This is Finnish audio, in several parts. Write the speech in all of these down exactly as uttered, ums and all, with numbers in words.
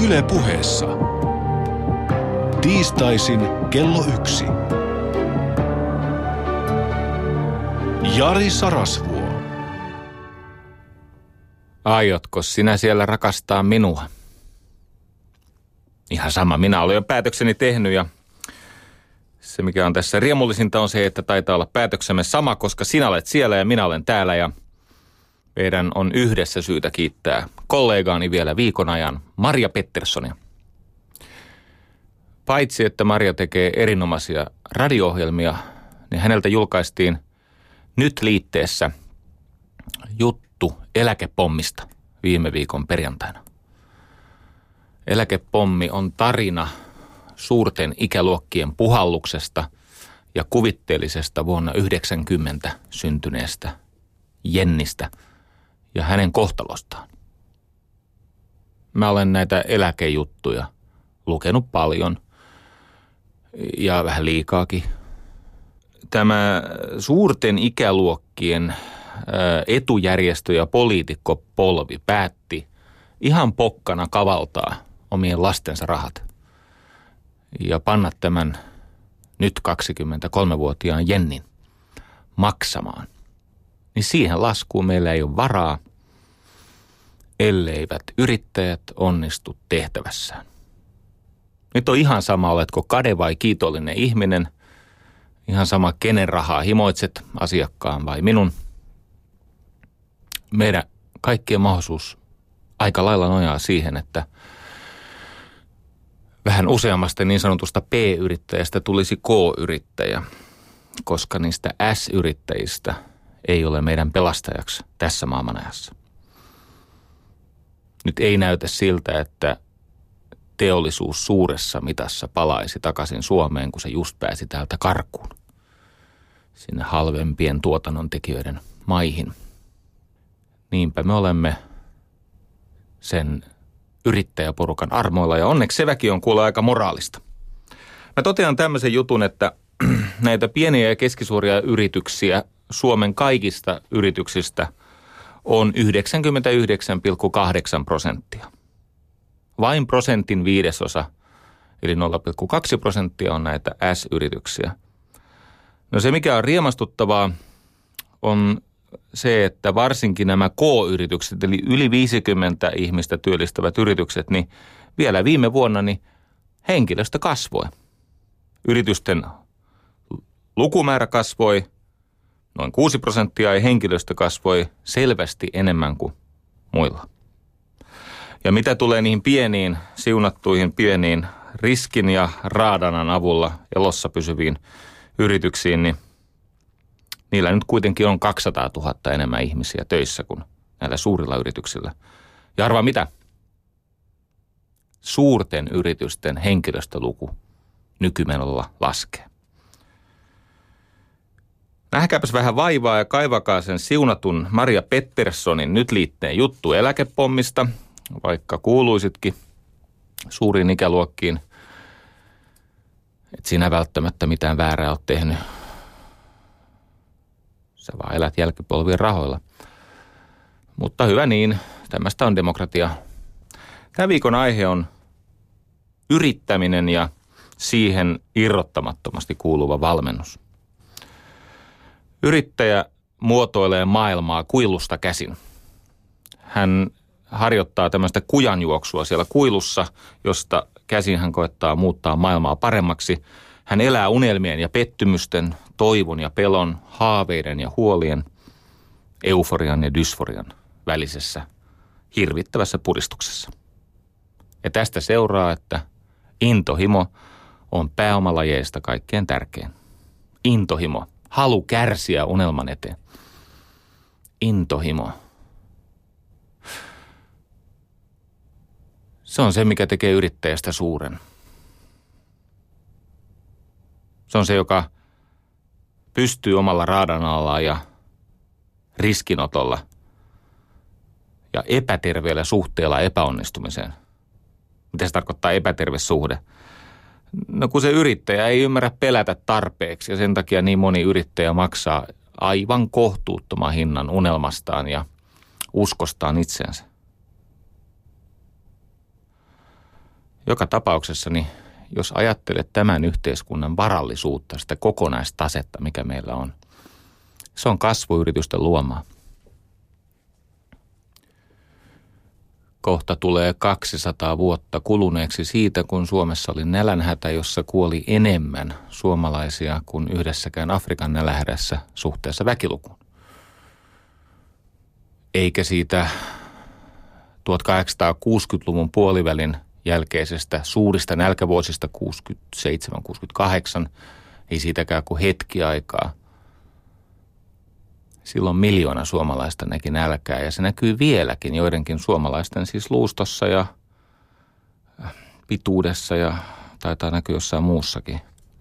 Yle Puheessa. Tiistaisin kello yksi. Jari Sarasvuo. Aiotko sinä siellä rakastaa minua? Ihan sama, minä olen jo päätökseni tehnyt ja se mikä on tässä riemullisinta on se, että taitaa olla päätöksemme sama, koska sinä olet siellä ja minä olen täällä ja meidän on yhdessä syytä kiittää kollegaani vielä viikon ajan, Marja Petterssonia. Paitsi, että Marja tekee erinomaisia radio-ohjelmia, niin häneltä julkaistiin nyt liitteessä juttu eläkepommista viime viikon perjantaina. Eläkepommi on tarina suurten ikäluokkien puhalluksesta ja kuvitteellisesta vuonna yhdeksänkymmentä syntyneestä Jennistä ja hänen kohtalostaan. Mä olen näitä eläkejuttuja lukenut paljon ja vähän liikaakin. Tämä suurten ikäluokkien etujärjestö- ja poliitikkopolvi päätti ihan pokkana kavaltaa omien lastensa rahat ja panna tämän nyt kaksikymmentäkolmevuotiaan Jennin maksamaan. Niin siihen laskuun meillä ei ole varaa, elleivät yrittäjät onnistu tehtävässään. Nyt on ihan sama, oletko kade vai kiitollinen ihminen. Ihan sama, kenen rahaa himoitset, asiakkaan vai minun. Meidän kaikkien mahdollisuus aika lailla nojaa siihen, että vähän useammasta niin sanotusta P-yrittäjästä tulisi K-yrittäjä, koska niistä S-yrittäjistä ei ole meidän pelastajaksi tässä maailmanajassa. Nyt ei näytä siltä, että teollisuus suuressa mitassa palaisi takaisin Suomeen, kun se just pääsi täältä karkuun sinne halvempien tuotannontekijöiden maihin. Niinpä me olemme sen yrittäjäporukan armoilla ja onneksi se väki on kuulla aika moraalista. Mä totean tämmöisen jutun, että näitä pieniä ja keskisuuria yrityksiä Suomen kaikista yrityksistä on yhdeksänkymmentäyhdeksän pilkku kahdeksan prosenttia. Vain prosentin viidesosa, eli nolla pilkku kaksi prosenttia on näitä S-yrityksiä. No se mikä on riemastuttavaa on se, että varsinkin nämä K-yritykset, eli yli viisikymmentä ihmistä työllistävät yritykset, niin vielä viime vuonna niin henkilöstö kasvoi. Yritysten lukumäärä kasvoi noin kuusi prosenttia ja henkilöstö kasvoi selvästi enemmän kuin muilla. Ja mitä tulee niihin pieniin, siunattuihin pieniin riskin ja raadanan avulla elossa pysyviin yrityksiin, niin niillä nyt kuitenkin on kaksisataatuhatta enemmän ihmisiä töissä kuin näillä suurilla yrityksillä. Ja arvaa mitä? Suurten yritysten henkilöstöluku nykymenolla laskee. Nähkääpäs vähän vaivaa ja kaivakaa sen siunatun Marja Petterssonin nyt liitteen juttu eläkepommista, vaikka kuuluisitkin suuriin ikäluokkiin. Et sinä välttämättä mitään väärää ole tehnyt. Sä vaan elät jälkipolvien rahoilla. Mutta hyvä niin, tämmöistä on demokratia. Tämän viikon aihe on yrittäminen ja siihen irrottamattomasti kuuluva valmennus. Yrittäjä muotoilee maailmaa kuilusta käsin. Hän harjoittaa tämmöistä kujanjuoksua siellä kuilussa, josta käsin hän koettaa muuttaa maailmaa paremmaksi. Hän elää unelmien ja pettymysten, toivon ja pelon, haaveiden ja huolien, euforian ja dysforian välisessä hirvittävässä puristuksessa. Ja tästä seuraa, että intohimo on pääomalajeista kaikkein tärkein. Intohimo, halu kärsiä unelman eteen. Intohimo. Se on se, mikä tekee yrittäjästä suuren. Se on se, joka pystyy omalla raadanallaan ja riskinotolla ja epäterveellä suhteella epäonnistumiseen. Mitä se tarkoittaa epäterve suhde? No kun se yrittäjä ei ymmärrä pelätä tarpeeksi ja sen takia niin moni yrittäjä maksaa aivan kohtuuttoman hinnan unelmastaan ja uskostaan itseensä. joka tapauksessa, niin jos ajattelet tämän yhteiskunnan varallisuutta, sitä kokonaistasetta, mikä meillä on, se on kasvuyritysten luomaa. Kohta tulee kaksisataa vuotta kuluneeksi siitä, kun Suomessa oli nälänhätä, jossa kuoli enemmän suomalaisia kuin yhdessäkään Afrikan nälänhädässä suhteessa väkilukuun. Eikä siitä tuhatkahdeksansataakuusikymmentäluvun puolivälin jälkeisestä suurista nälkävuosista kuusikymmentäseitsemän kuusikymmentäkahdeksan, ei siitäkään kuin hetki aikaa. Silloin miljoona suomalaista näki nälkää ja se näkyy vieläkin joidenkin suomalaisten siis luustossa ja pituudessa ja taitaa näkyä jossain muussakin.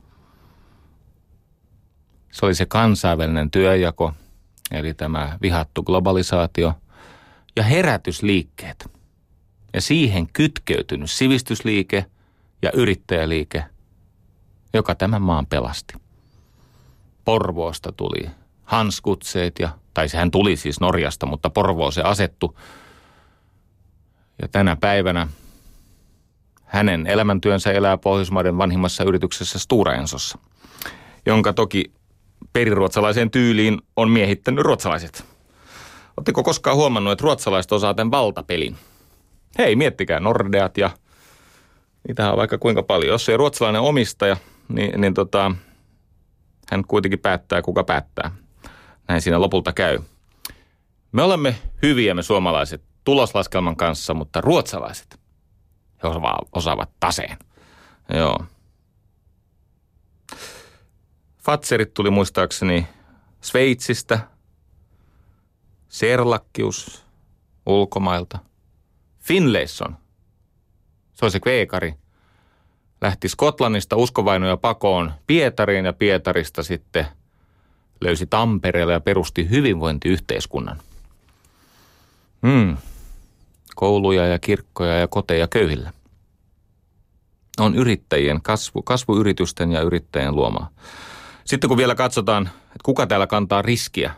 Se oli se kansainvälinen työnjako, eli tämä vihattu globalisaatio ja herätysliikkeet. Ja siihen kytkeytynyt sivistysliike ja yrittäjäliike, joka tämän maan pelasti. Porvoosta tuli Hans Kutseet, ja, tai sehän tuli siis Norjasta, mutta Porvoon se asettu. Ja tänä päivänä hänen elämäntyönsä elää Pohjoismaiden vanhimmassa yrityksessä Stora Ensossa, jonka toki periruotsalaiseen tyyliin on miehittänyt ruotsalaiset. Oletteko koskaan huomannut, että ruotsalaiset osaa tämän valtapelin? Hei, miettikää Nordeat ja niitähän on vaikka kuinka paljon. Jos ei ruotsalainen omistaja, niin, niin tota, hän kuitenkin päättää, kuka päättää. Näin siinä lopulta käy. Me olemme hyviä me suomalaiset tuloslaskelman kanssa, mutta ruotsalaiset, he osaavat taseen. Joo. Fatserit tuli muistaakseni Sveitsistä, Serlakkius ulkomailta, Finlayson, se on se kveekari, lähti Skotlannista uskovainoja pakoon Pietariin ja Pietarista sitten löysi Tampereella ja perusti hyvinvointiyhteiskunnan. Hmm. Kouluja ja kirkkoja ja koteja köyhillä. On yrittäjien, kasvu, kasvuyritysten ja yrittäjien luomaa. Sitten kun vielä katsotaan, että kuka täällä kantaa riskiä.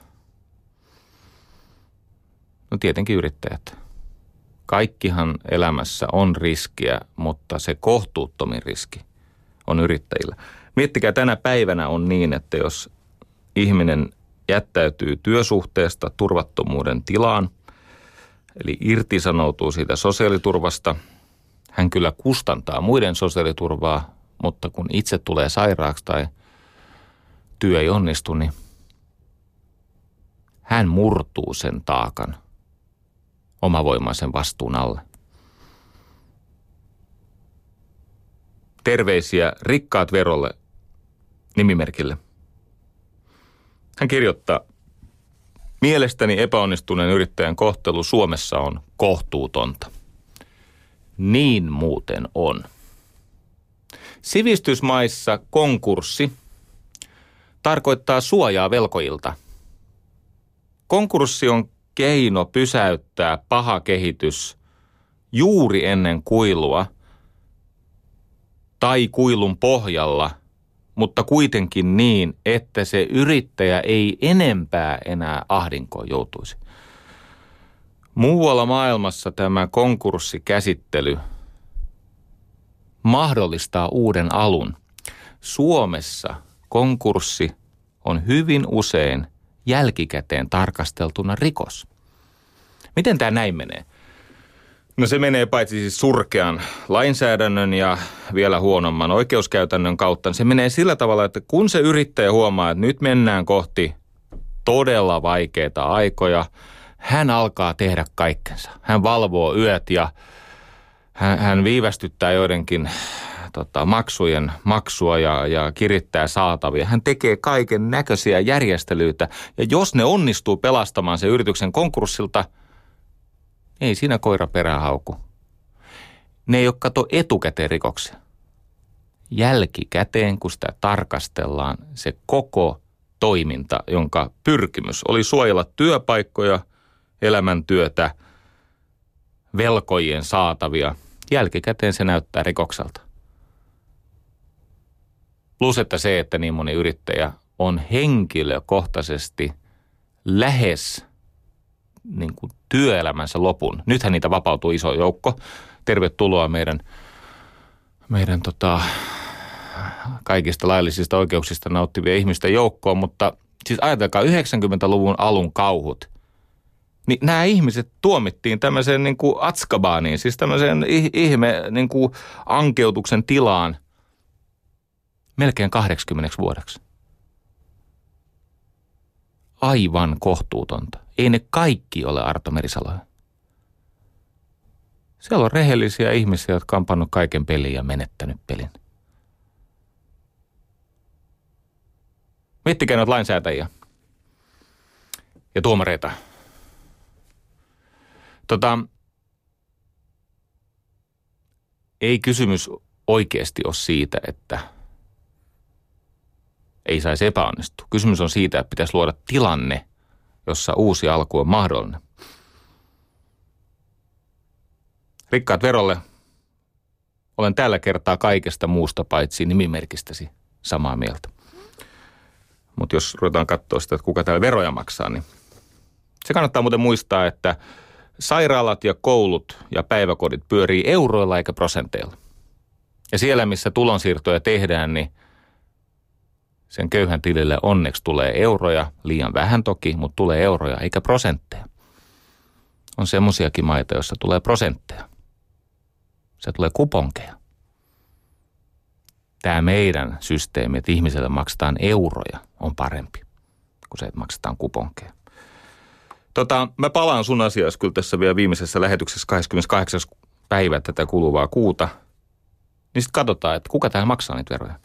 No tietenkin yrittäjät. Kaikkihan elämässä on riskiä, mutta se kohtuuttomin riski on yrittäjillä. Miettikää, tänä päivänä on niin, että jos ihminen jättäytyy työsuhteesta turvattomuuden tilaan, eli irtisanoutuu siitä sosiaaliturvasta, hän kyllä kustantaa muiden sosiaaliturvaa, mutta kun itse tulee sairaaksi tai työ ei onnistu, niin hän murtuu sen taakan omavoimaisen vastuun alle. Terveisiä Rikkaat verolle nimimerkille. Hän kirjoittaa, mielestäni epäonnistuneen yrittäjän kohtelu Suomessa on kohtuutonta. Niin muuten on. Sivistysmaissa konkurssi tarkoittaa suojaa velkojilta. Konkurssi on keino pysäyttää paha kehitys juuri ennen kuilua tai kuilun pohjalla, mutta kuitenkin niin, että se yrittäjä ei enempää enää ahdinkoon joutuisi. Muualla maailmassa tämä konkurssikäsittely mahdollistaa uuden alun. Suomessa konkurssi on hyvin usein jälkikäteen tarkasteltuna rikos. Miten tämä näin menee? No se menee paitsi siis surkean lainsäädännön ja vielä huonomman oikeuskäytännön kautta. Se menee sillä tavalla, että kun se yrittäjä huomaa, että nyt mennään kohti todella vaikeita aikoja, hän alkaa tehdä kaikkensa. Hän valvoo yöt ja hän, hän viivästyttää joidenkin tota, maksujen maksua ja, ja kirittää saatavia. Hän tekee kaiken näköisiä järjestelyitä ja jos ne onnistuu pelastamaan sen yrityksen konkurssilta, ei siinä koira perään hauku. Ne ei ole kato etukäteen rikoksia. Jälkikäteen, kun sitä tarkastellaan, se koko toiminta, jonka pyrkimys oli suojella työpaikkoja, elämäntyötä, velkojien saatavia, jälkikäteen se näyttää rikokselta. Plus, että se, että niin moni yrittäjä on henkilökohtaisesti lähes niin kuin työelämänsä lopun. Nythän niitä vapautuu iso joukko. Tervetuloa meidän meidän tota, kaikista laillisista oikeuksista nauttivia ihmisten joukkoon, mutta siis ajatelkaa yhdeksänkymmentäluvun alun kauhut. Niin nämä ihmiset tuomittiin tämmöiseen niin kuin Atskabaaniin, siis tämmöiseen ihme niin kuin ankeutuksen tilaan melkein kahdeksankymmentä vuodeksi. Aivan kohtuutonta. Ei ne kaikki ole Arto Merisaloja. Siellä on rehellisiä ihmisiä, jotka on pannut kaiken peliin ja menettänyt pelin. Miettikää noita lainsäätäjiä ja tuomareita. Tota, ei kysymys oikeasti ole siitä, että ei saisi epäonnistua. Kysymys on siitä, että pitäisi luoda tilanne, jossa uusi alku on mahdollinen. Rikkaat verolle, olen tällä kertaa kaikesta muusta paitsi nimimerkistäsi samaa mieltä. Mutta jos ruvetaan katsoa sitä, että kuka täällä veroja maksaa, niin se kannattaa muuten muistaa, että sairaalat ja koulut ja päiväkodit pyörii euroilla eikä prosenteilla. Ja siellä, missä tulonsiirtoja tehdään, niin sen köyhän tilille onneksi tulee euroja, liian vähän toki, mutta tulee euroja eikä prosentteja. On semmoisiakin maita, joissa tulee prosentteja. Se tulee kuponkeja. Tämä meidän systeemi, että ihmiselle maksetaan euroja, on parempi kuin se, että maksetaan kuponkeja. Tota, mä palaan sun asiassa kyllä tässä vielä viimeisessä lähetyksessä kahdeskymmeneskahdeksas päivä tätä kuluvaa kuuta. Niin sitten katsotaan, että kuka täällä maksaa niitä veroja.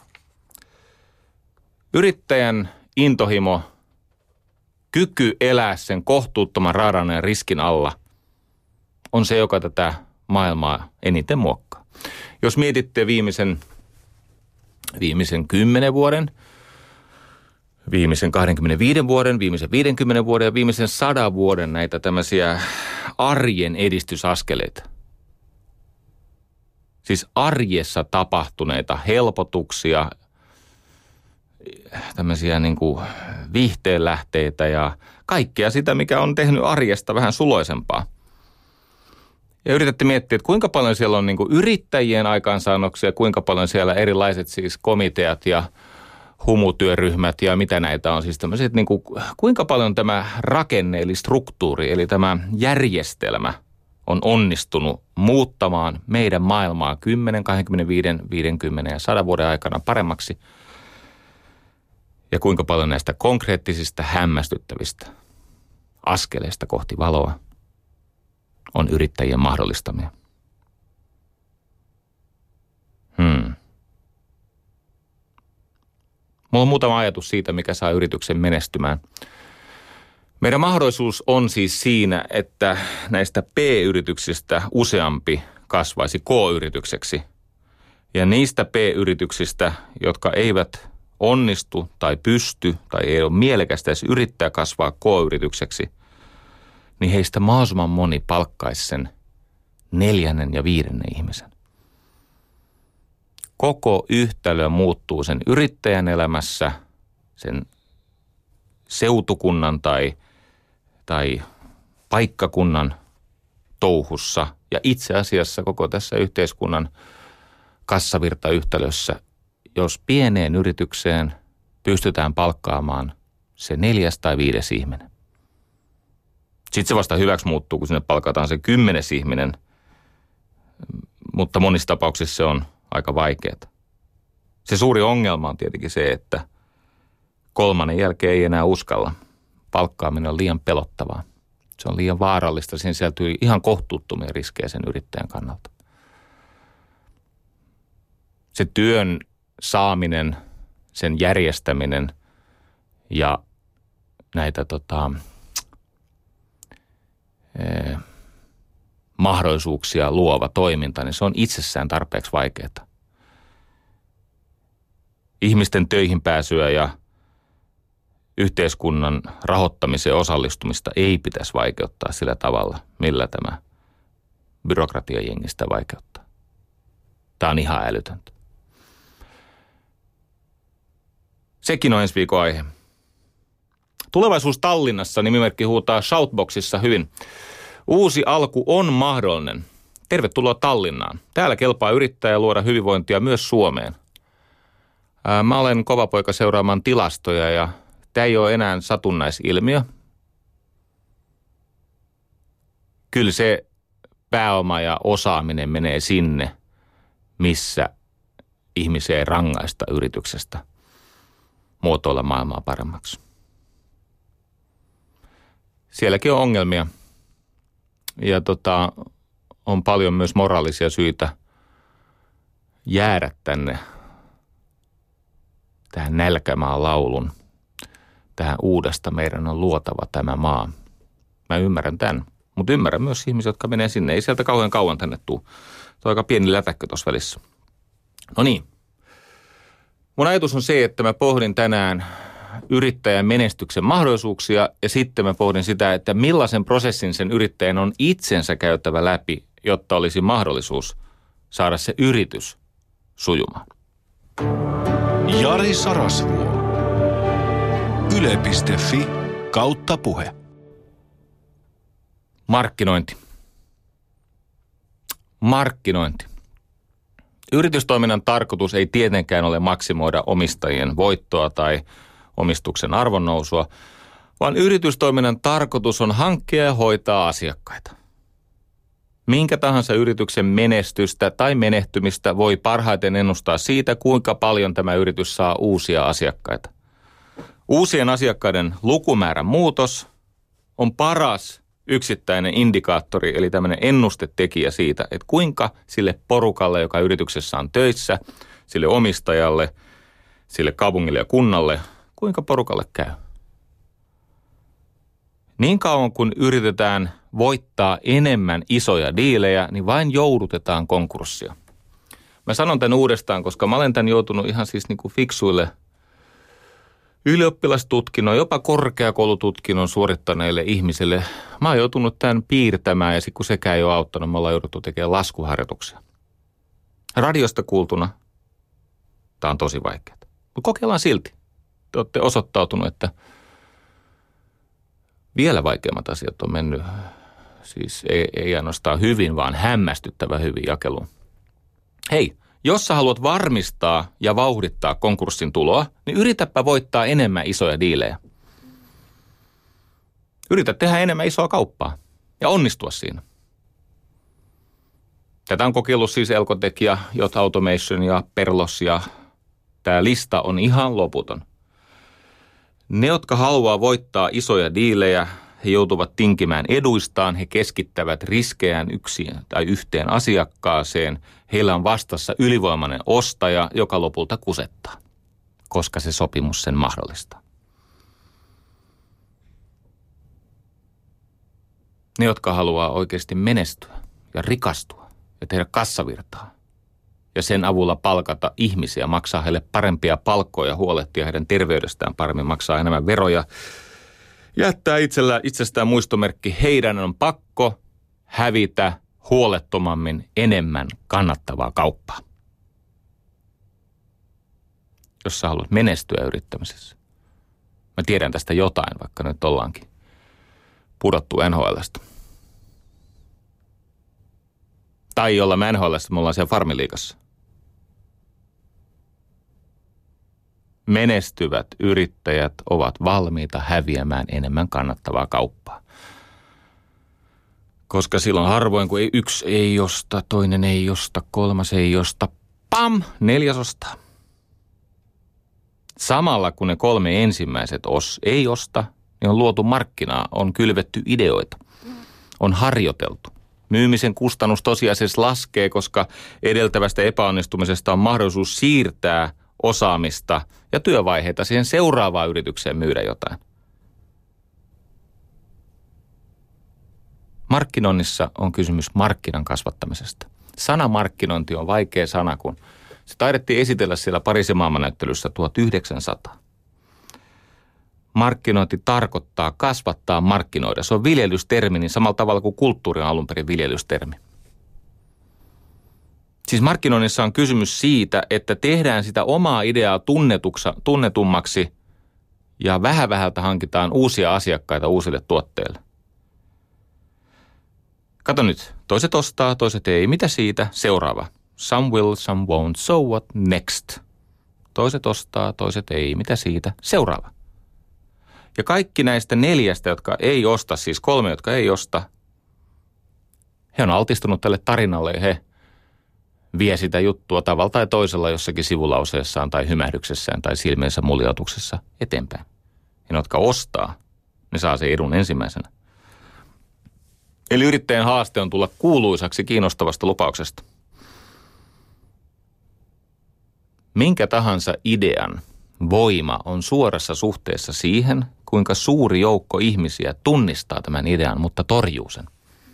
Yrittäjän intohimo, kyky elää sen kohtuuttoman raadan ja riskin alla on se, joka tätä maailmaa eniten muokkaa. Jos mietitte viimeisen, viimeisen kymmenen vuoden, viimeisen kaksikymmentäviisi vuoden, viimeisen viidenkymmenen vuoden ja viimeisen sadan vuoden näitä tämmöisiä arjen edistysaskeleita. Siis arjessa tapahtuneita helpotuksia, tämmöisiä niin kuin viihteenlähteitä ja kaikkea sitä, mikä on tehnyt arjesta vähän suloisempaa. Ja yritätte miettiä, että kuinka paljon siellä on niin kuin yrittäjien aikaansaannoksia, kuinka paljon siellä erilaiset siis komiteat ja humutyöryhmät ja mitä näitä on. Siis tämmöiset niin kuin, kuinka paljon tämä rakenne eli struktuuri, eli tämä järjestelmä on onnistunut muuttamaan meidän maailmaa kymmenen, kaksikymmentäviisi, viisikymmentä ja sadan vuoden aikana paremmaksi. Ja kuinka paljon näistä konkreettisista, hämmästyttävistä askeleista kohti valoa on yrittäjien mahdollistamia. Hmm. Mulla on muutama ajatus siitä, mikä saa yrityksen menestymään. Meidän mahdollisuus on siis siinä, että näistä P-yrityksistä useampi kasvaisi K-yritykseksi. Ja niistä P-yrityksistä, jotka eivät onnistu tai pysty tai ei ole mielekästä edes yrittää kasvaa K-yritykseksi, niin heistä mahdollisimman moni palkkaisi sen neljännen ja viidennen ihmisen. Koko yhtälö muuttuu sen yrittäjän elämässä, sen seutukunnan tai, tai paikkakunnan touhussa ja itse asiassa koko tässä yhteiskunnan kassavirtayhtälössä, jos pieneen yritykseen pystytään palkkaamaan se neljäs tai viides ihminen. Sitten se vasta hyväksi muuttuu, kun sinne palkataan se kymmenes ihminen, mutta monissa tapauksissa se on aika vaikeaa. Se suuri ongelma on tietenkin se, että kolmannen jälkeen ei enää uskalla. Palkkaaminen on liian pelottavaa. Se on liian vaarallista. Siinä sisältyy ihan kohtuuttomia riskejä sen yrittäjän kannalta. Se työn saaminen, sen järjestäminen ja näitä tota, eh, mahdollisuuksia luova toiminta, niin se on itsessään tarpeeksi vaikeaa. Ihmisten töihin pääsyä ja yhteiskunnan rahoittamiseen osallistumista ei pitäisi vaikeuttaa sillä tavalla, millä tämä byrokratiajengi sitä vaikeuttaa. Tämä on ihan älytöntä. Sekin on ensi viikon aihe. Tulevaisuus Tallinnassa nimimerkki huutaa Shoutboxissa hyvin. Uusi alku on mahdollinen. Tervetuloa Tallinnaan. Täällä kelpaa yrittää ja luoda hyvinvointia myös Suomeen. Ää, mä olen kova poika seuraamaan tilastoja ja tämä ei ole enää satunnaisilmiö. Kyllä se pääoma ja osaaminen menee sinne, missä ihmisiä ei rangaista yrityksestä muotoilla maailmaa paremmaksi. Sielläkin on ongelmia ja tota, on paljon myös moraalisia syitä jäädä tänne tähän nälkämaan laulun. Tähän uudesta meidän on luotava tämä maa. Mä ymmärrän tämän, mutta ymmärrän myös ihmisiä, jotka menee sinne. Ei sieltä kauhean kauan tänne tule. Tuo on aika pieni lätäkkö tuossa välissä. No niin. Mun ajatus on se, että mä pohdin tänään yrittäjän menestyksen mahdollisuuksia ja sitten mä pohdin sitä, että millaisen prosessin sen yrittäjän on itsensä käyttävä läpi, jotta olisi mahdollisuus saada se yritys sujumaan. Jari Sarasvuo. Yle piste fi kautta puhe. Markkinointi. Markkinointi. Yritystoiminnan tarkoitus ei tietenkään ole maksimoida omistajien voittoa tai omistuksen arvonnousua, vaan yritystoiminnan tarkoitus on hankkia ja hoitaa asiakkaita. Minkä tahansa yrityksen menestystä tai menehtymistä voi parhaiten ennustaa siitä, kuinka paljon tämä yritys saa uusia asiakkaita. Uusien asiakkaiden lukumäärän muutos on paras yksittäinen indikaattori, eli tämmöinen ennustetekijä siitä, että kuinka sille porukalle, joka yrityksessä on töissä, sille omistajalle, sille kaupungille ja kunnalle, kuinka porukalle käy. Niin kauan kun yritetään voittaa enemmän isoja diilejä, niin vain joudutetaan konkurssia. Mä sanon tämän uudestaan, koska mä olen tämän joutunut ihan siis niin kuin fiksuille ylioppilastutkinnon, jopa korkeakoulututkinnon suorittaneille ihmisille. Mä oon joutunut tämän piirtämään ja sitten kun sekään ei ole auttanut, me ollaan jouduttu tekemään laskuharjoituksia. Radiosta kuultuna tämä on tosi vaikeaa. Mutta kokeillaan silti. Te olette osoittautunut, että vielä vaikeammat asiat on mennyt, siis ei, ei ainoastaan hyvin, vaan hämmästyttävä hyvin jakeluun. Hei, jos sä haluat varmistaa ja vauhdittaa konkurssin tuloa, niin yritäpä voittaa enemmän isoja diilejä. Yritä tehdä enemmän isoa kauppaa ja onnistua siinä. Tätä on kokeillut siis Elcoteq ja J Automation ja Perlos ja tämä lista on ihan loputon. Ne, jotka haluaa voittaa isoja diilejä, he joutuvat tinkimään eduistaan, he keskittävät riskejään yksin tai yhteen asiakkaaseen. Heillä on vastassa ylivoimainen ostaja, joka lopulta kusettaa, koska se sopimus sen mahdollistaa. Ne, jotka haluaa oikeasti menestyä ja rikastua ja tehdä kassavirtaa ja sen avulla palkata ihmisiä, maksaa heille parempia palkkoja, huolehtia heidän terveydestään paremmin, maksaa enemmän veroja, jättää itsellä, itsestään muistomerkki, heidän on pakko hävitä huolettomammin enemmän kannattavaa kauppaa. Jos sä haluat menestyä yrittämisessä. Mä tiedän tästä jotain, vaikka nyt ollaankin pudottu N H L:stä. Tai jolla me N H L:stä, me ollaan siellä Farmiliigassa. Menestyvät yrittäjät ovat valmiita häviämään enemmän kannattavaa kauppaa. Koska silloin harvoin, kun ei, yksi ei osta, toinen ei osta, kolmas ei osta, pam, neljäs ostaa. Samalla kun ne kolme ensimmäiset os, ei osta, niin on luotu markkinaa, on kylvetty ideoita, on harjoiteltu. Myymisen kustannus tosiasiassa laskee, koska edeltävästä epäonnistumisesta on mahdollisuus siirtää osaamista ja työvaiheita siihen seuraavaan yritykseen myydä jotain. Markkinoinnissa on kysymys markkinan kasvattamisesta. Sana markkinointi on vaikea sana, kun se taidettiin esitellä siellä Pariisin maailmannäyttelyssä tuhatyhdeksänsataa. Markkinointi tarkoittaa kasvattaa markkinoida. Se on viljelystermi niin samalla tavalla kuin kulttuuri on alun perin viljelystermi. Siis markkinoinnissa on kysymys siitä, että tehdään sitä omaa ideaa tunnetummaksi ja vähän vähältä hankitaan uusia asiakkaita uusille tuotteille. Kato nyt, toiset ostaa, toiset ei. Mitä siitä? Seuraava. Some will, some won't. So what next? Toiset ostaa, toiset ei. Mitä siitä? Seuraava. Ja kaikki näistä neljästä, jotka ei osta, siis kolme, jotka ei osta, he on altistunut tälle tarinalle ja he vie sitä juttua tavalla tai toisella jossakin sivulauseessaan tai hymähdyksessään tai silmiensä muljautuksessa eteenpäin. Ja ne, jotka ostaa, ne saa sen edun ensimmäisenä. Eli yrittäjän haaste on tulla kuuluisaksi kiinnostavasta lupauksesta. Minkä tahansa idean voima on suorassa suhteessa siihen, kuinka suuri joukko ihmisiä tunnistaa tämän idean, mutta torjuu sen.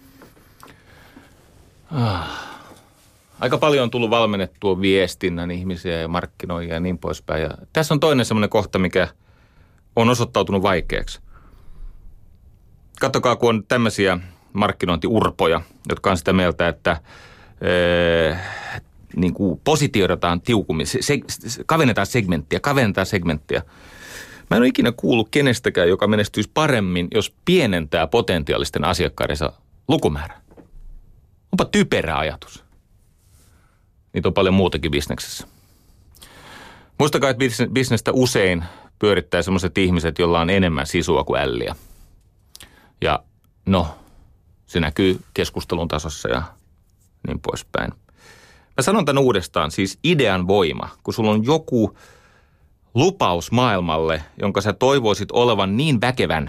Ah. Aika paljon on tullut valmennettua viestinnän ihmisiä ja markkinoijia ja niin poispäin. Ja tässä on toinen semmoinen kohta, mikä on osoittautunut vaikeaksi. Katsokaa, kun on tämmöisiä markkinointiurpoja, jotka on sitä mieltä, että ee, niin kuin positioidaan tiukummin, se, se, kavennetaan segmenttiä, kavennetaan segmenttiä. Mä en ole ikinä kuullut kenestäkään, joka menestyisi paremmin, jos pienentää potentiaalisten asiakkaidensa lukumäärää. Onpa typerä ajatus. Niitä on paljon muutakin bisneksessä. Muistakaa, että bisnestä usein pyörittää sellaiset ihmiset, joilla on enemmän sisua kuin älliä. Ja no, se näkyy keskustelun tasossa ja niin poispäin. Mä sanon tämän uudestaan, siis idean voima, kun sulla on joku lupaus maailmalle, jonka sä toivoisit olevan niin väkevän,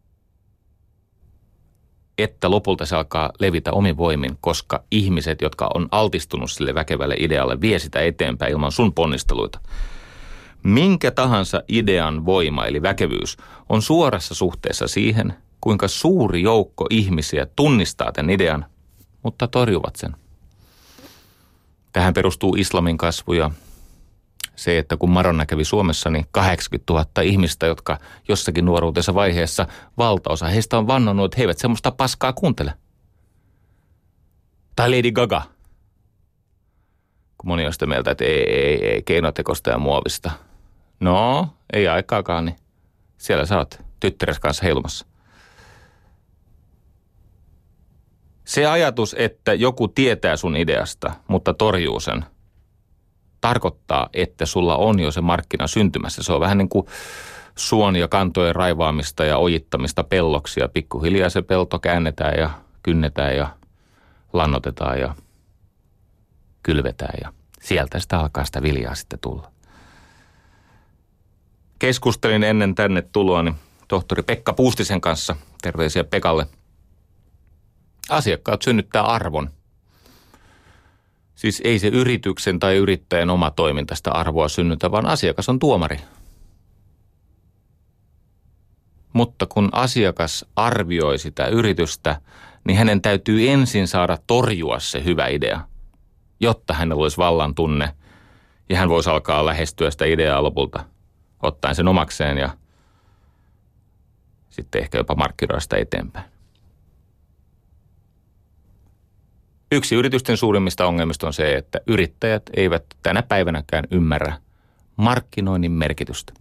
että lopulta se alkaa levitä omin voimin, koska ihmiset, jotka on altistunut sille väkevälle idealle, vie sitä eteenpäin ilman sun ponnisteluita. Minkä tahansa idean voima, eli väkevyys, on suorassa suhteessa siihen, kuinka suuri joukko ihmisiä tunnistaa tämän idean, mutta torjuvat sen. Tähän perustuu islamin kasvu ja se, että kun Madonna kävi Suomessa, niin kahdeksankymmentätuhatta ihmistä, jotka jossakin nuoruutensa vaiheessa valtaosa heistä on vannonut, että he eivät semmoista paskaa kuuntele. Tai Lady Gaga. Kun moni on sitä mieltä, että ei, ei, ei, keinotekosta ja muovista. No, ei aikaakaan, niin siellä sä oot tyttäres kanssa heilumassa. Se ajatus, että joku tietää sun ideasta, mutta torjuu sen, tarkoittaa, että sulla on jo se markkina syntymässä. Se on vähän niin kuin suon ja kantojen raivaamista ja ojittamista pelloksi ja pikkuhiljaa se pelto käännetään ja kynnetään ja lannotetaan ja kylvetään ja sieltä sitä alkaa sitä viljaa sitten tulla. Keskustelin ennen tänne tuloani tohtori Pekka Puustisen kanssa, terveisiä Pekalle. Asiakkaat synnyttää arvon. Siis ei se yrityksen tai yrittäjän oma toiminta sitä arvoa synnytä, vaan asiakas on tuomari. Mutta kun asiakas arvioi sitä yritystä, niin hänen täytyy ensin saada torjua se hyvä idea, jotta hänellä olisi vallan tunne ja hän voisi alkaa lähestyä sitä ideaa lopulta, ottaen sen omakseen ja sitten ehkä jopa markkinoida sitä eteenpäin. Yksi yritysten suurimmista ongelmista on se, että yrittäjät eivät tänä päivänäkään ymmärrä markkinoinnin merkitystä.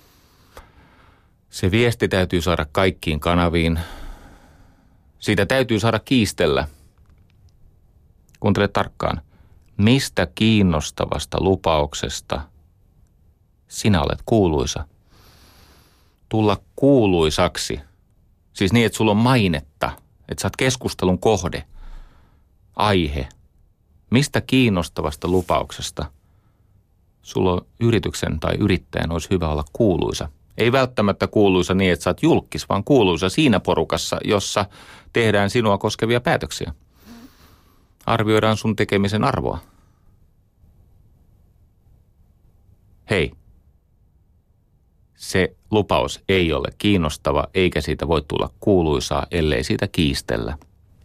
Se viesti täytyy saada kaikkiin kanaviin. Siitä täytyy saada kiistellä. Kuuntele tarkkaan. Mistä kiinnostavasta lupauksesta sinä olet kuuluisa? Tulla kuuluisaksi. Siis niin, että sulla on mainetta, että sä oot keskustelun kohde. Aihe. Mistä kiinnostavasta lupauksesta sulla on yrityksen tai yrittäjän olisi hyvä olla kuuluisa? Ei välttämättä kuuluisa niin, että sä oot julkis, vaan kuuluisa siinä porukassa, jossa tehdään sinua koskevia päätöksiä. Arvioidaan sun tekemisen arvoa. Hei, se lupaus ei ole kiinnostava, eikä siitä voi tulla kuuluisaa, ellei siitä kiistellä.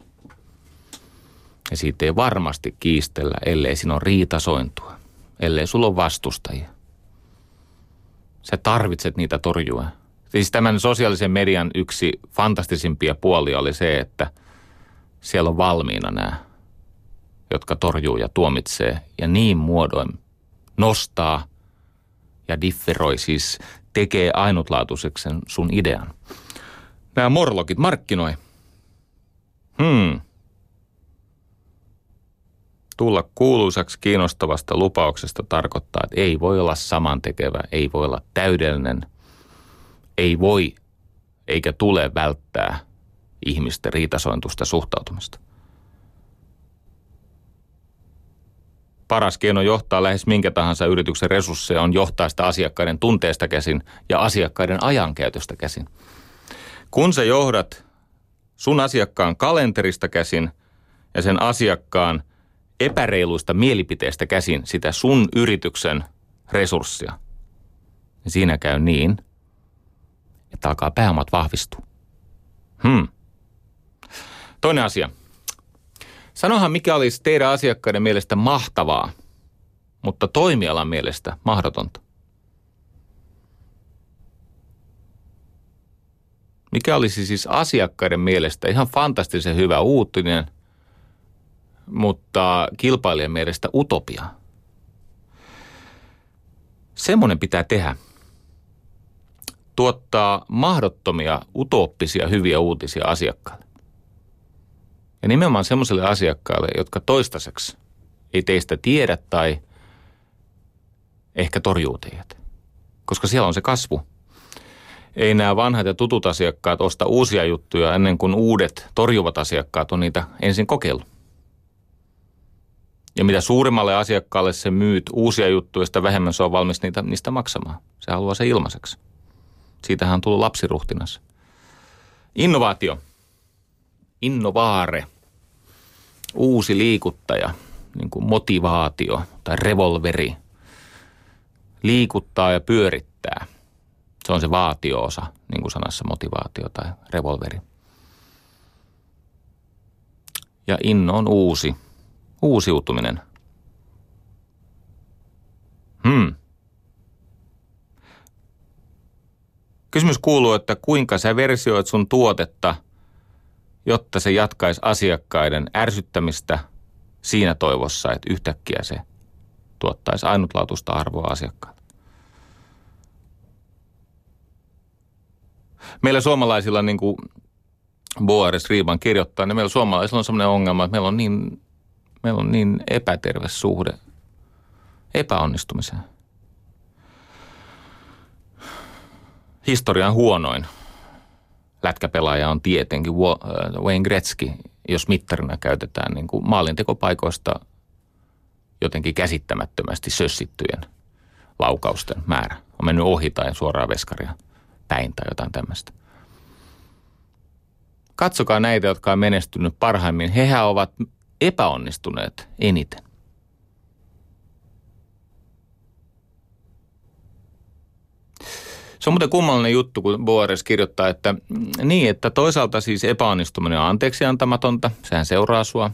Ja siitä ei varmasti kiistellä, ellei siinä ole riitasointua, ellei sulla ole vastustajia. Sä tarvitset niitä torjua. Siis tämän sosiaalisen median yksi fantastisimpia puolia oli se, että siellä on valmiina nämä, jotka torjuu ja tuomitsee ja niin muodoin nostaa ja differoi, siis tekee ainutlaatuiseksi sun idean. Nämä morlokit markkinoi. Hmm. Tulla kuuluisaksi kiinnostavasta lupauksesta tarkoittaa, että ei voi olla samantekevä, ei voi olla täydellinen, ei voi eikä tule välttää ihmisten riitasointusta suhtautumista. Paras keino johtaa lähes minkä tahansa yrityksen resursseja on johtaa sitä asiakkaiden tunteesta käsin ja asiakkaiden ajankäytöstä käsin. Kun sä johdat sun asiakkaan kalenterista käsin ja sen asiakkaan epäreiluista mielipiteistä käsin sitä sun yrityksen resurssia, niin siinä käy niin, että alkaa pääomat vahvistua. Hmm. Toinen asia. Sanohan, mikä olisi teidän asiakkaiden mielestä mahtavaa, mutta toimialan mielestä mahdotonta. Mikä olisi siis asiakkaiden mielestä ihan fantastisen hyvä uutinen, mutta kilpailijan mielestä utopia. Semmoinen pitää tehdä. Tuottaa mahdottomia, utooppisia, hyviä uutisia asiakkaille. Ja nimenomaan semmoisille asiakkaille, jotka toistaiseksi ei teistä tiedä tai ehkä torjuu teidät. Koska siellä on se kasvu. Ei nämä vanhat ja tutut asiakkaat osta uusia juttuja ennen kuin uudet torjuvat asiakkaat on niitä ensin kokeillut. Ja mitä suurimmalle asiakkaalle se myyt uusia juttuja, sitä vähemmän se on valmis niitä, niistä maksamaan. Se haluaa se ilmaiseksi. Siitähän on tullut lapsiruhtinas. Innovaatio. Innovaare. Uusi liikuttaja. Niin kuin motivaatio tai revolveri. Liikuttaa ja pyörittää. Se on se vaatio-osa, niin kuin sanassa motivaatio tai revolveri. Ja inno on uusi. Uusiutuminen. Hmm. Kysymys kuuluu, että kuinka sä versioit sun tuotetta, jotta se jatkaisi asiakkaiden ärsyttämistä siinä toivossa, että yhtäkkiä se tuottaisi ainutlaatuista arvoa asiakkaille. Meillä suomalaisilla, niin kuin Boris Riiban kirjoittaa, niin meillä suomalaisilla on sellainen ongelma, että meillä on niin, meillä on niin epäterve suhde epäonnistumiseen. Historian huonoin lätkäpelaaja on tietenkin Wayne Gretzky, jos mittarina käytetään niin kuin maalintekopaikoista jotenkin käsittämättömästi sössittyjen laukausten määrä. On mennyt ohi tai suoraan veskaria päin tai jotain tämmöistä. Katsokaa näitä, jotka on menestynyt parhaimmin. Hehän ovat epäonnistuneet eniten. Se on muuten kummallinen juttu, kun Boris kirjoittaa, että niin, että toisaalta siis epäonnistuminen on anteeksi antamatonta. Sehän seuraa sua.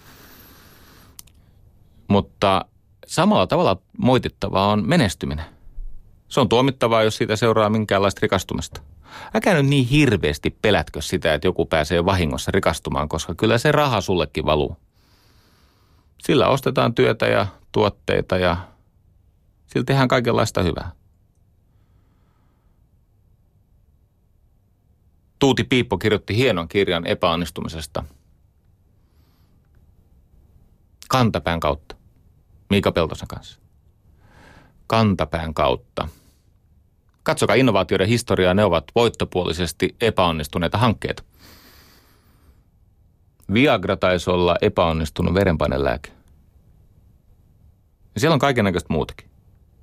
Mutta samalla tavalla moitittavaa on menestyminen. Se on tuomittavaa, jos siitä seuraa minkäänlaista rikastumista. Äkä nyt niin hirveästi pelätkö sitä, että joku pääsee vahingossa rikastumaan, koska kyllä se raha sullekin valuu. Sillä ostetaan työtä ja tuotteita ja sillä tehdään kaikenlaista hyvää. Tuuti Piippo kirjoitti hienon kirjan epäonnistumisesta. Kantapään kautta. Miika Peltosen kanssa. Kantapään kautta. Katsokaa innovaatioiden historiaa, ne ovat voittopuolisesti epäonnistuneita hankkeita. Viagra taisi olla epäonnistunut verenpainelääke. Ja siellä on kaikennäköistä muutakin.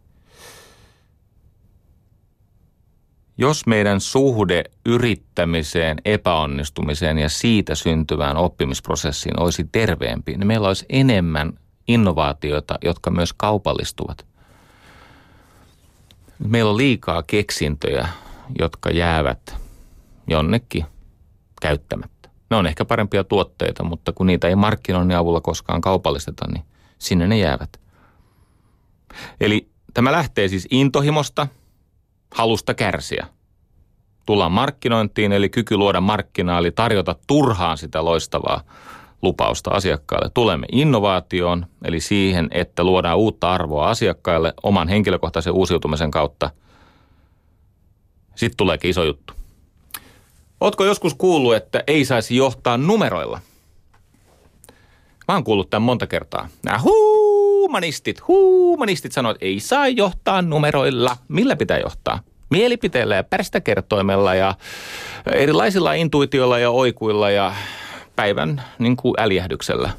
Jos meidän suhde yrittämiseen, epäonnistumiseen ja siitä syntyvään oppimisprosessiin olisi terveempi, niin meillä olisi enemmän innovaatioita, jotka myös kaupallistuvat. Meillä on liikaa keksintöjä, jotka jäävät jonnekin käyttämättä. Ne on ehkä parempia tuotteita, mutta kun niitä ei markkinoinnin avulla koskaan kaupallisteta, niin sinne ne jäävät. Eli tämä lähtee siis intohimosta, halusta kärsiä. Tullaan markkinointiin, eli kyky luoda markkinaa, eli tarjota turhaan sitä loistavaa lupausta asiakkaille. Tulemme innovaatioon, eli siihen, että luodaan uutta arvoa asiakkaille oman henkilökohtaisen uusiutumisen kautta. Sitten tuleekin iso juttu. Ootko joskus kuullut, että ei saisi johtaa numeroilla? Mä oon kuullut tämän monta kertaa. Nämä huumanistit, huumanistit sanoo, että ei saa johtaa numeroilla. Millä pitää johtaa? Mielipiteellä ja pärstäkertoimella ja erilaisilla intuitioilla ja oikuilla ja päivän niin kuin äljähdyksellä.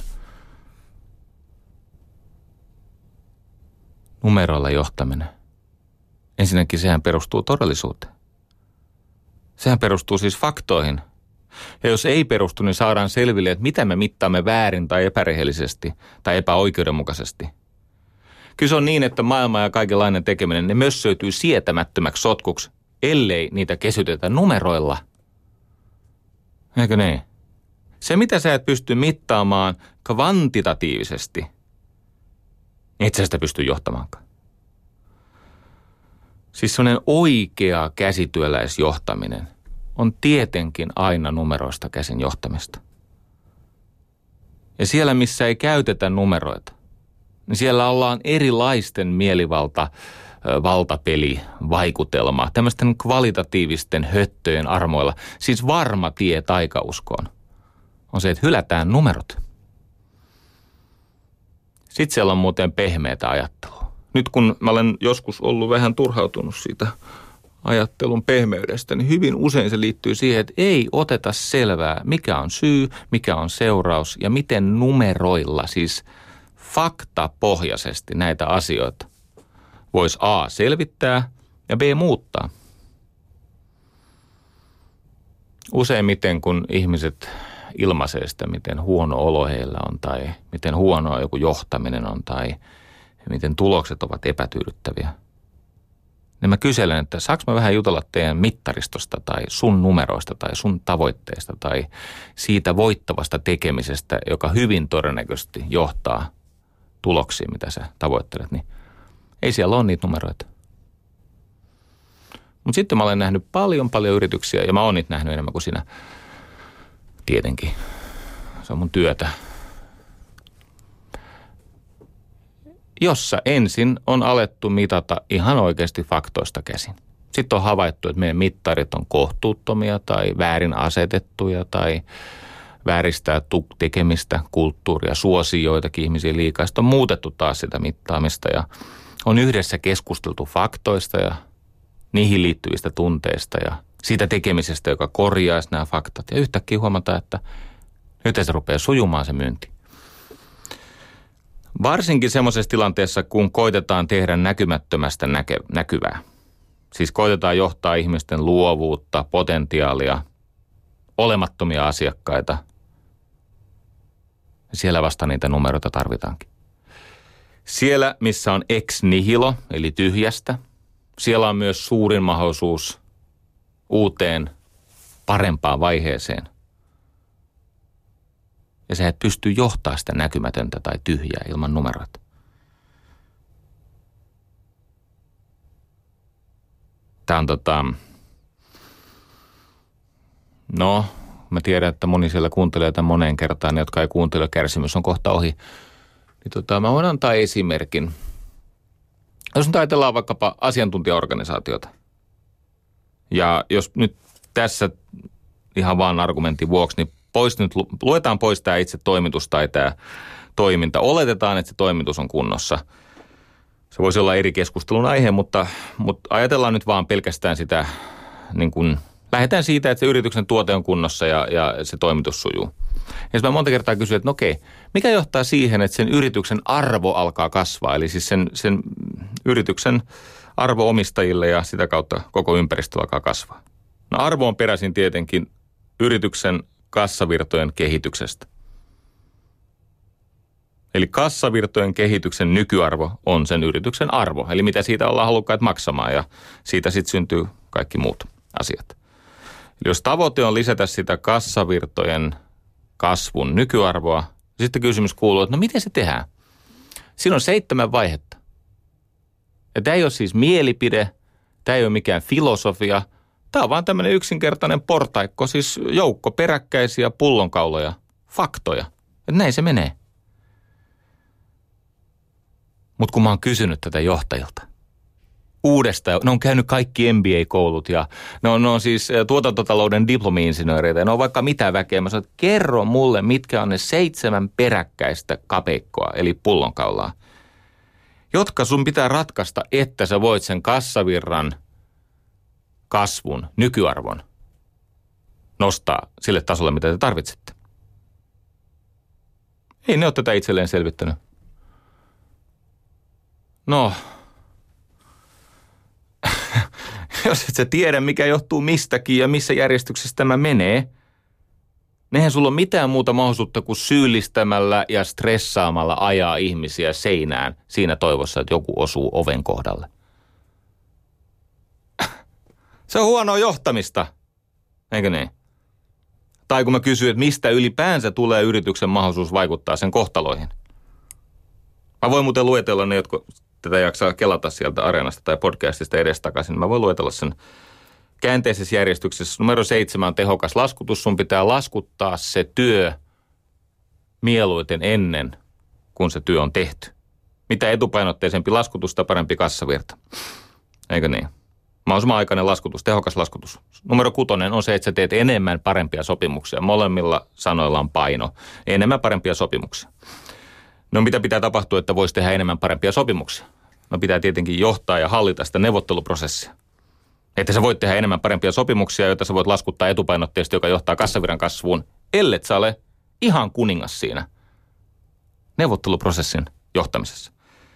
Numeroilla johtaminen. Ensinnäkin sehän perustuu todellisuuteen. Sehän perustuu siis faktoihin. Ja jos ei perustu, niin saadaan selville, että mitä me mittaamme väärin tai epärehellisesti tai epäoikeudenmukaisesti. Kyllä se on niin, että maailma ja kaikenlainen tekeminen, ne mössöityy sietämättömäksi sotkuksi, ellei niitä kesytetä numeroilla. Eikö niin? Se, mitä sä et pysty mittaamaan kvantitatiivisesti, niin et sä sitä pysty johtamaankaan. Siis sellainen oikea käsityöläisjohtaminen on tietenkin aina numeroista käsin johtamista. Ja siellä, missä ei käytetä numeroita, niin siellä ollaan erilaisten mielivalta, valtapeli, vaikutelma, tämmöisten kvalitatiivisten höttöjen armoilla. Siis varma tie taikauskoon on se, että hylätään numerot. Sitten siellä on muuten pehmeätä ajattelua. Nyt kun mä olen joskus ollut vähän turhautunut siitä ajattelun pehmeydestä, niin hyvin usein se liittyy siihen, että ei oteta selvää, mikä on syy, mikä on seuraus ja miten numeroilla, siis faktapohjaisesti näitä asioita voisi A selvittää ja B muuttaa. Useimmiten kun ihmiset ilmaisee sitä, miten huono olo heillä on tai miten huonoa joku johtaminen on tai miten tulokset ovat epätyydyttäviä, niin mä kyselen, että saanko mä vähän jutella teidän mittaristosta tai sun numeroista tai sun tavoitteista tai siitä voittavasta tekemisestä, joka hyvin todennäköisesti johtaa tuloksiin, mitä sä tavoittelet, niin ei siellä ole niitä numeroita. Mutta sitten mä olen nähnyt paljon, paljon yrityksiä ja mä oon niitä nähnyt enemmän kuin sinä. Tietenkin. Se on mun työtä. Jossa ensin on alettu mitata ihan oikeasti faktoista käsin. Sitten on havaittu, että meidän mittarit on kohtuuttomia tai väärin asetettuja tai vääristää tekemistä, kulttuuria, suosii joitakin ihmisiä liikaa. Sitten on muutettu taas sitä mittaamista ja on yhdessä keskusteltu faktoista ja niihin liittyvistä tunteista ja siitä tekemisestä, joka korjaisi nämä faktat. Ja yhtäkkiä huomataan, että nyt se rupeaa sujumaan se myynti. Varsinkin semmoisessa tilanteessa, kun koitetaan tehdä näkymättömästä näke, näkyvää. Siis koitetaan johtaa ihmisten luovuutta, potentiaalia, olemattomia asiakkaita. Siellä vasta niitä numeroita tarvitaankin. Siellä, missä on ex nihilo, eli tyhjästä, siellä on myös suurin mahdollisuus uuteen, parempaan vaiheeseen. Ja sä et pysty johtaa sitä näkymätöntä tai tyhjää ilman numeroita. Tää on tota... No, mä tiedän, että moni siellä kuuntelee tämän moneen kertaan, ne, jotka ei kuuntele, kärsimys on kohta ohi. Niin tota, mä voin antaa esimerkin. Jos nyt ajatellaan vaikkapa asiantuntijaorganisaatiota. Ja jos nyt tässä ihan vaan argumentin vuoksi, niin pois nyt, luetaan pois tämä itse toimitus tai tämä toiminta. Oletetaan, että se toimitus on kunnossa. Se voisi olla eri keskustelun aihe, mutta, mutta ajatellaan nyt vaan pelkästään sitä, niin kuin, lähdetään siitä, että se yrityksen tuote on kunnossa ja, ja se toimitus sujuu. Ja mä monta kertaa kysyn, että no okei, mikä johtaa siihen, että sen yrityksen arvo alkaa kasvaa, eli siis sen, sen yrityksen arvo omistajille ja sitä kautta koko ympäristö alkaa kasvaa. No arvo on peräisin tietenkin yrityksen kassavirtojen kehityksestä. Eli kassavirtojen kehityksen nykyarvo on sen yrityksen arvo, eli mitä siitä ollaan halukkaat maksamaan ja siitä sitten syntyy kaikki muut asiat. Eli jos tavoite on lisätä sitä kassavirtojen kasvun nykyarvoa, sitten kysymys kuuluu, että no miten se tehdään? Siinä on seitsemän vaihetta. Ja tämä ei ole siis mielipide, tämä ei ole mikään filosofia, tämä on vaan tämmöinen yksinkertainen portaikko, siis joukko peräkkäisiä pullonkauloja, faktoja. Että näin se menee. Mutta kun mä oon kysynyt tätä johtajilta, uudestaan. Ne on käynyt kaikki M B A-koulut ja ne on, ne on siis tuotantotalouden diplomi-insinööreitä. Ne on vaikka mitä väkeä. Mä sanon, että kerro mulle, mitkä on ne seitsemän peräkkäistä kapeikkoa, eli pullonkaulaa, jotka sun pitää ratkaista, että sä voit sen kassavirran kasvun, nykyarvon nostaa sille tasolle, mitä te tarvitsette. Ei ne ole tätä itselleen selvittänyt. No, jos et sä tiedä, mikä johtuu mistäkin ja missä järjestyksessä tämä menee, nehän sulla on mitään muuta mahdollisuutta kuin syyllistämällä ja stressaamalla ajaa ihmisiä seinään siinä toivossa, että joku osuu oven kohdalle. Se on huonoa johtamista, eikö niin? Tai kun mä kysyin, että mistä ylipäänsä tulee yrityksen mahdollisuus vaikuttaa sen kohtaloihin. Mä voin muuten luetella ne, jotka tätä jaksaa kelata sieltä Areenasta tai podcastista edestakaisin. Mä voin luetella sen käänteisessä järjestyksessä. Numero seitsemän on tehokas laskutus. Sun pitää laskuttaa se työ mieluiten ennen, kun se työ on tehty. Mitä etupainotteisempi laskutus, sitä parempi kassavirta. Eikö niin? Mahdollisimman aikainen laskutus, tehokas laskutus. Numero kutonen on se, että sä teet enemmän parempia sopimuksia. Molemmilla sanoilla on paino. Enemmän parempia sopimuksia. No mitä pitää tapahtua, että voisi tehdä enemmän parempia sopimuksia? No pitää tietenkin johtaa ja hallita sitä neuvotteluprosessia. Että sä voit tehdä enemmän parempia sopimuksia, joita sä voit laskuttaa etupainotteisesti, joka johtaa kassavirran kasvuun, ellet sä ole ihan kuningas siinä neuvotteluprosessin johtamisessa.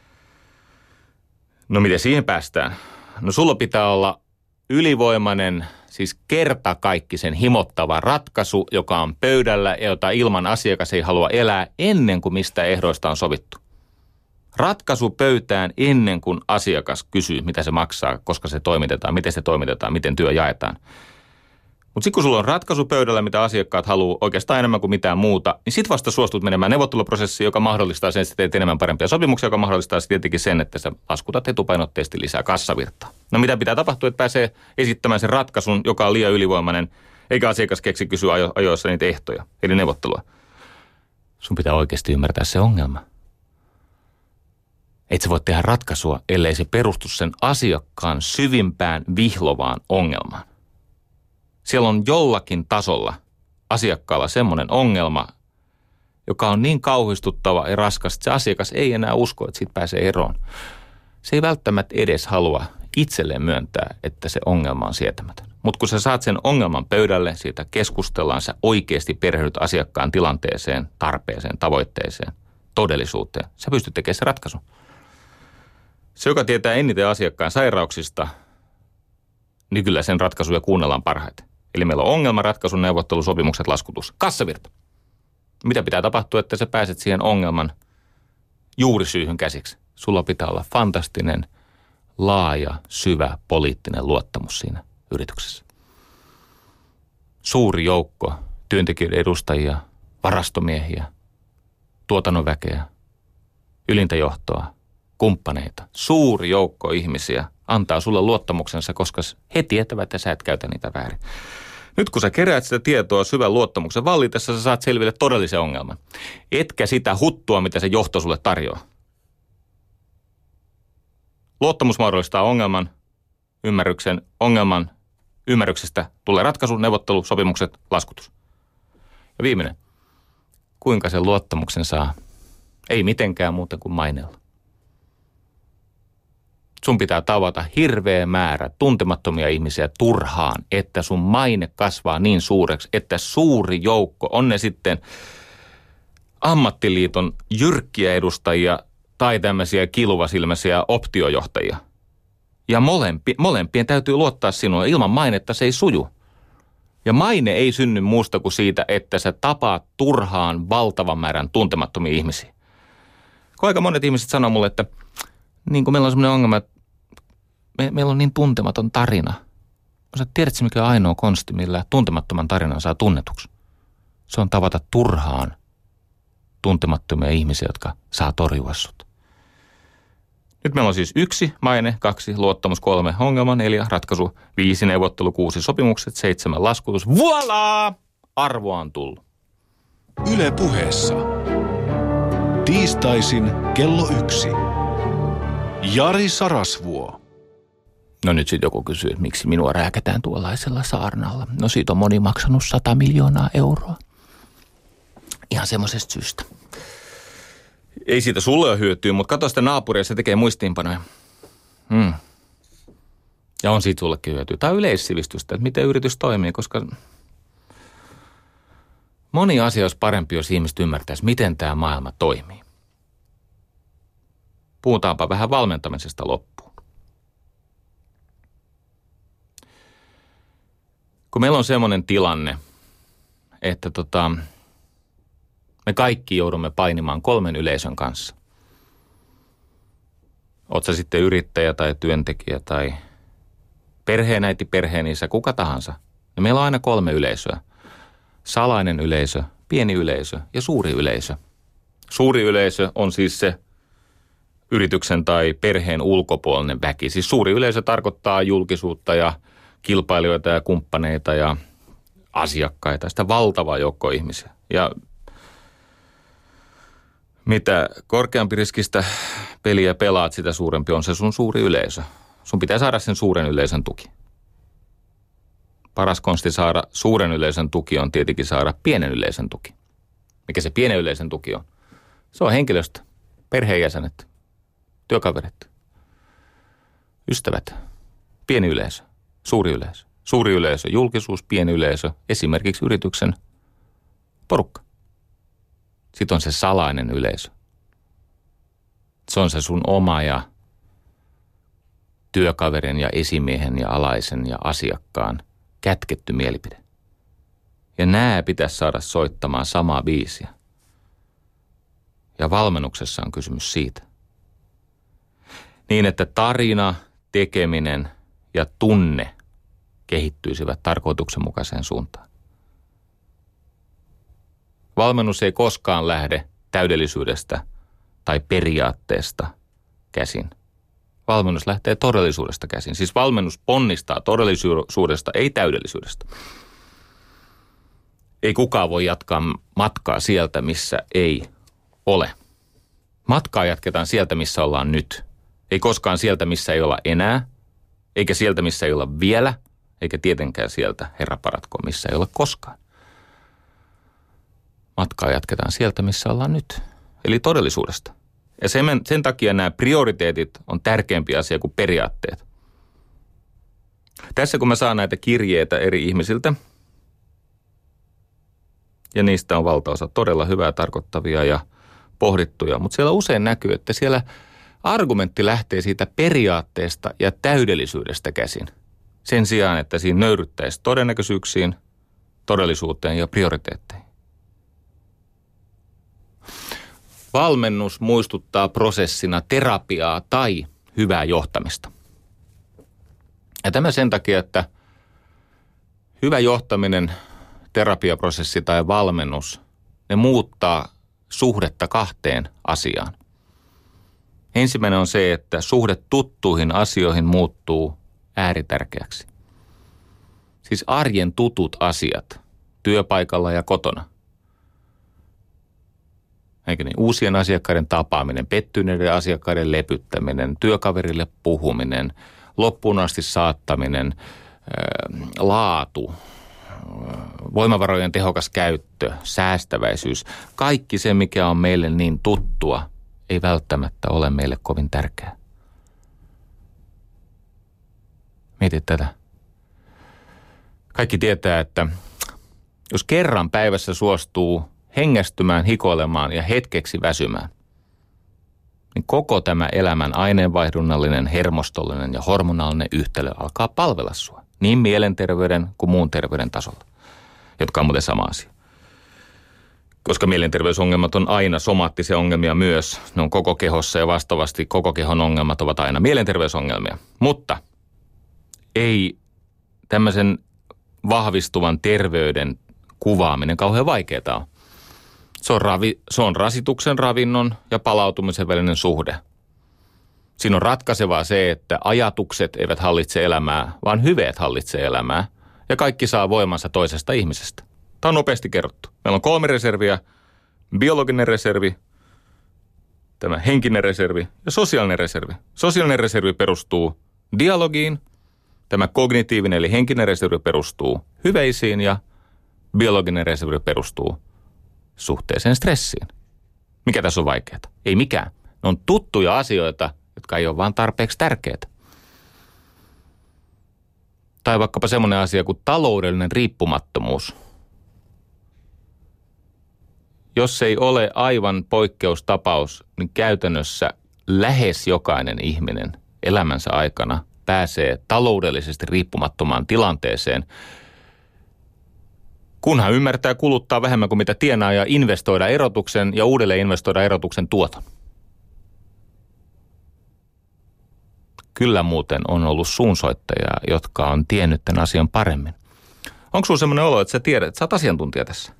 No miten siihen päästään? No sulla pitää olla ylivoimainen, siis kertakaikkisen himottava ratkaisu, joka on pöydällä ja jota ilman asiakas ei halua elää ennen kuin mistä ehdoista on sovittu. Ratkaisu pöytään ennen kuin asiakas kysyy, mitä se maksaa, koska se toimitetaan, miten se toimitetaan, miten työ jaetaan. Mutta sitten kun sulla on ratkaisu pöydällä, mitä asiakkaat haluaa oikeastaan enemmän kuin mitään muuta, niin sitten vasta suostut menemään neuvotteluprosessiin, joka mahdollistaa sen, että sä teet enemmän parempia sopimuksia, joka mahdollistaa tietenkin sen, että sä laskutat etupainotteisesti lisää kassavirtaa. No mitä pitää tapahtua, että pääsee esittämään sen ratkaisun, joka on liian ylivoimainen, eikä asiakas keksi kysyä ajo- ajoissa niitä ehtoja, eli neuvottelua. Sun pitää oikeasti ymmärtää se ongelma. Et sä voi tehdä ratkaisua, ellei se perustu sen asiakkaan syvimpään vihlovaan ongelmaan. Siellä on jollakin tasolla asiakkaalla semmoinen ongelma, joka on niin kauhistuttava ja raskas, että se asiakas ei enää usko, että siitä pääsee eroon. Se ei välttämättä edes halua itselleen myöntää, että se ongelma on sietämätön. Mutta kun sä saat sen ongelman pöydälle, siitä keskustellaan, sä oikeasti perehdyt asiakkaan tilanteeseen, tarpeeseen, tavoitteeseen, todellisuuteen. Sä pystyt tekemään se ratkaisun. Se, joka tietää eniten asiakkaan sairauksista, niin kyllä sen ratkaisuja kuunnellaan parhaiten. Eli meillä on ongelma, ratkaisu, neuvottelu, sopimukset, laskutus, kassavirta. Mitä pitää tapahtua, että sä pääset siihen ongelman juurisyyhyn käsiksi? Sulla pitää olla fantastinen, laaja, syvä poliittinen luottamus siinä yrityksessä. Suuri joukko työntekijöiden edustajia, varastomiehiä, tuotannon väkeä, ylintä johtoa, kumppaneita, suuri joukko ihmisiä antaa sulle luottamuksensa, koska he tietävät, että sä et käytä niitä väärin. Nyt kun sä keräät sitä tietoa syvän luottamuksen vallitessa, sä saat selville todellisen ongelman. Etkä sitä huttua, mitä se johto sulle tarjoaa. Luottamus mahdollistaa ongelman, ymmärryksen, ongelman, ymmärryksestä tulee ratkaisu, neuvottelu, sopimukset, laskutus. Ja viimeinen. Kuinka sen luottamuksen saa? Ei mitenkään muuta kuin maineella. Sun pitää tavata hirveä määrä tuntemattomia ihmisiä turhaan, että sun maine kasvaa niin suureksi, että suuri joukko, on ne sitten ammattiliiton jyrkkiä edustajia tai tämmöisiä kiluvasilmäisiä optiojohtajia. Ja molempi, molempien täytyy luottaa sinua. Ilman mainetta se ei suju. Ja maine ei synny muusta kuin siitä, että sä tapaat turhaan valtavan määrän tuntemattomia ihmisiä. Kun aika monet ihmiset sanoo mulle, että niin kuin meillä on semmoinen ongelma, että me, meillä on niin tuntematon tarina. Sä tiedätkö, mikä on ainoa konsti, millä tuntemattoman tarinan saa tunnetuksi? Se on tavata turhaan tuntemattomia ihmisiä, jotka saa torjua sut. Nyt meillä on siis yksi maine, kaksi luottamus, kolme ongelma, neljä ratkaisu, viisi neuvottelu, kuusi sopimukset, seitsemän laskutus. Voilaa! Arvoa on tullut. Yle Puheessa. Tiistaisin kello yksi. Jari Sarasvuo. No nyt sitten joku kysyy, että miksi minua rääkätään tuollaisella saarnalla. No siitä on moni maksanut sata miljoonaa euroa. Ihan semmoisesta syystä. Ei siitä sulle ole hyötyä, mutta katso sitä naapuria, se tekee muistiinpanoja. Hmm. Ja on siitä sullekin hyötyä. Tämä on yleissivistystä, että miten yritys toimii, koska moni asia olisi parempi, jos ihmiset ymmärtäisi, miten tämä maailma toimii. Puhutaanpa vähän valmentamisesta loppuun. Kun meillä on semmoinen tilanne, että tota, me kaikki joudumme painimaan kolmen yleisön kanssa. Oot sä sitten yrittäjä tai työntekijä tai perheenäiti, perheenisä, kuka tahansa. Ja meillä on aina kolme yleisöä. Salainen yleisö, pieni yleisö ja suuri yleisö. Suuri yleisö on siis se yrityksen tai perheen ulkopuolinen väki. Siis suuri yleisö tarkoittaa julkisuutta ja kilpailijoita ja kumppaneita ja asiakkaita. Sitä valtavaa joukkoa ihmisiä. Ja mitä korkeampi riskistä peliä pelaat, sitä suurempi on se sun suuri yleisö. Sun pitää saada sen suuren yleisön tuki. Paras konsti saada suuren yleisön tuki on tietenkin saada pienen yleisön tuki. Mikä se pienen yleisön tuki on? Se on henkilöstö, perheenjäsenet, työkaverit, ystävät, pieni yleisö, suuri yleisö. Suuri yleisö, julkisuus, pieni yleisö, esimerkiksi yrityksen porukka. Sitten on se salainen yleisö. Se on se sun oma ja työkaverin ja esimiehen ja alaisen ja asiakkaan kätketty mielipide. Ja nämä pitäisi saada soittamaan samaa biisiä. Ja valmennuksessa on kysymys siitä. Niin, että tarina, tekeminen ja tunne kehittyisivät tarkoituksenmukaiseen suuntaan. Valmennus ei koskaan lähde täydellisyydestä tai periaatteesta käsin. Valmennus lähtee todellisuudesta käsin. Siis valmennus ponnistaa todellisuudesta, ei täydellisyydestä. Ei kukaan voi jatkaa matkaa sieltä, missä ei ole. Matkaa jatketaan sieltä, missä ollaan nyt. Ei koskaan sieltä, missä ei olla enää, eikä sieltä, missä ei olla vielä, eikä tietenkään sieltä, herra paratko, missä ei ole koskaan. Matkaa jatketaan sieltä, missä ollaan nyt, eli todellisuudesta. Ja sen, sen takia nämä prioriteetit on tärkeämpi asia kuin periaatteet. Tässä kun mä saan näitä kirjeitä eri ihmisiltä, ja niistä on valtaosa todella hyvää tarkoittavia ja pohdittuja, mutta siellä usein näkyy, että siellä argumentti lähtee siitä periaatteesta ja täydellisyydestä käsin. Sen sijaan, että siinä nöyryttäisi todennäköisyyksiin, todellisuuteen ja prioriteetteihin. Valmennus muistuttaa prosessina terapiaa tai hyvää johtamista. Ja tämä sen takia, että hyvä johtaminen, terapiaprosessi tai valmennus, ne muuttaa suhdetta kahteen asiaan. Ensimmäinen on se, että suhde tuttuihin asioihin muuttuu ääritärkeäksi. Siis arjen tutut asiat työpaikalla ja kotona. Eikä niin? Uusien asiakkaiden tapaaminen, pettyneiden asiakkaiden lepyttäminen, työkaverille puhuminen, loppuun asti saattaminen, ää, laatu, voimavarojen tehokas käyttö, säästäväisyys. Kaikki se, mikä on meille niin tuttua, ei välttämättä ole meille kovin tärkeää. Mieti tätä. Kaikki tietää, että jos kerran päivässä suostuu hengästymään, hikoilemaan ja hetkeksi väsymään, niin koko tämä elämän aineenvaihdunnallinen, hermostollinen ja hormonaalinen yhtälö alkaa palvella sua. Niin mielenterveyden kuin muun terveyden tasolla, jotka on muuten sama asia. Koska mielenterveysongelmat on aina somaattisia ongelmia myös. Ne on koko kehossa ja vastaavasti koko kehon ongelmat ovat aina mielenterveysongelmia. Mutta ei tämmöisen vahvistuvan terveyden kuvaaminen kauhean vaikeaa on. Se on, ravi, se on rasituksen, ravinnon ja palautumisen välinen suhde. Siinä on ratkaisevaa se, että ajatukset eivät hallitse elämää, vaan hyveet hallitsee elämää. Ja kaikki saa voimansa toisesta ihmisestä. Tämä on nopeasti kerrottu. Meillä on kolme reserviä, biologinen reservi, tämä henkinen reservi ja sosiaalinen reservi. Sosiaalinen reservi perustuu dialogiin, Tämä kognitiivinen eli henkinen reservi perustuu hyveisiin ja biologinen reservi perustuu suhteeseen stressiin. Mikä tässä on vaikeaa? Ei mikään. Ne on tuttuja asioita, jotka ei ole vaan tarpeeksi tärkeitä. Tai vaikkapa semmoinen asia kuin taloudellinen riippumattomuus. Jos ei ole aivan poikkeustapaus, niin käytännössä lähes jokainen ihminen elämänsä aikana pääsee taloudellisesti riippumattomaan tilanteeseen, kunhan ymmärtää kuluttaa vähemmän kuin mitä tienaa ja investoida erotuksen ja uudelleen investoida erotuksen tuoton. Kyllä muuten on ollut suunsoittajia, jotka on tiennyt tämän asian paremmin. Onko sinulla sellainen olo, että sä tiedät, että sä oot asiantuntija tässä?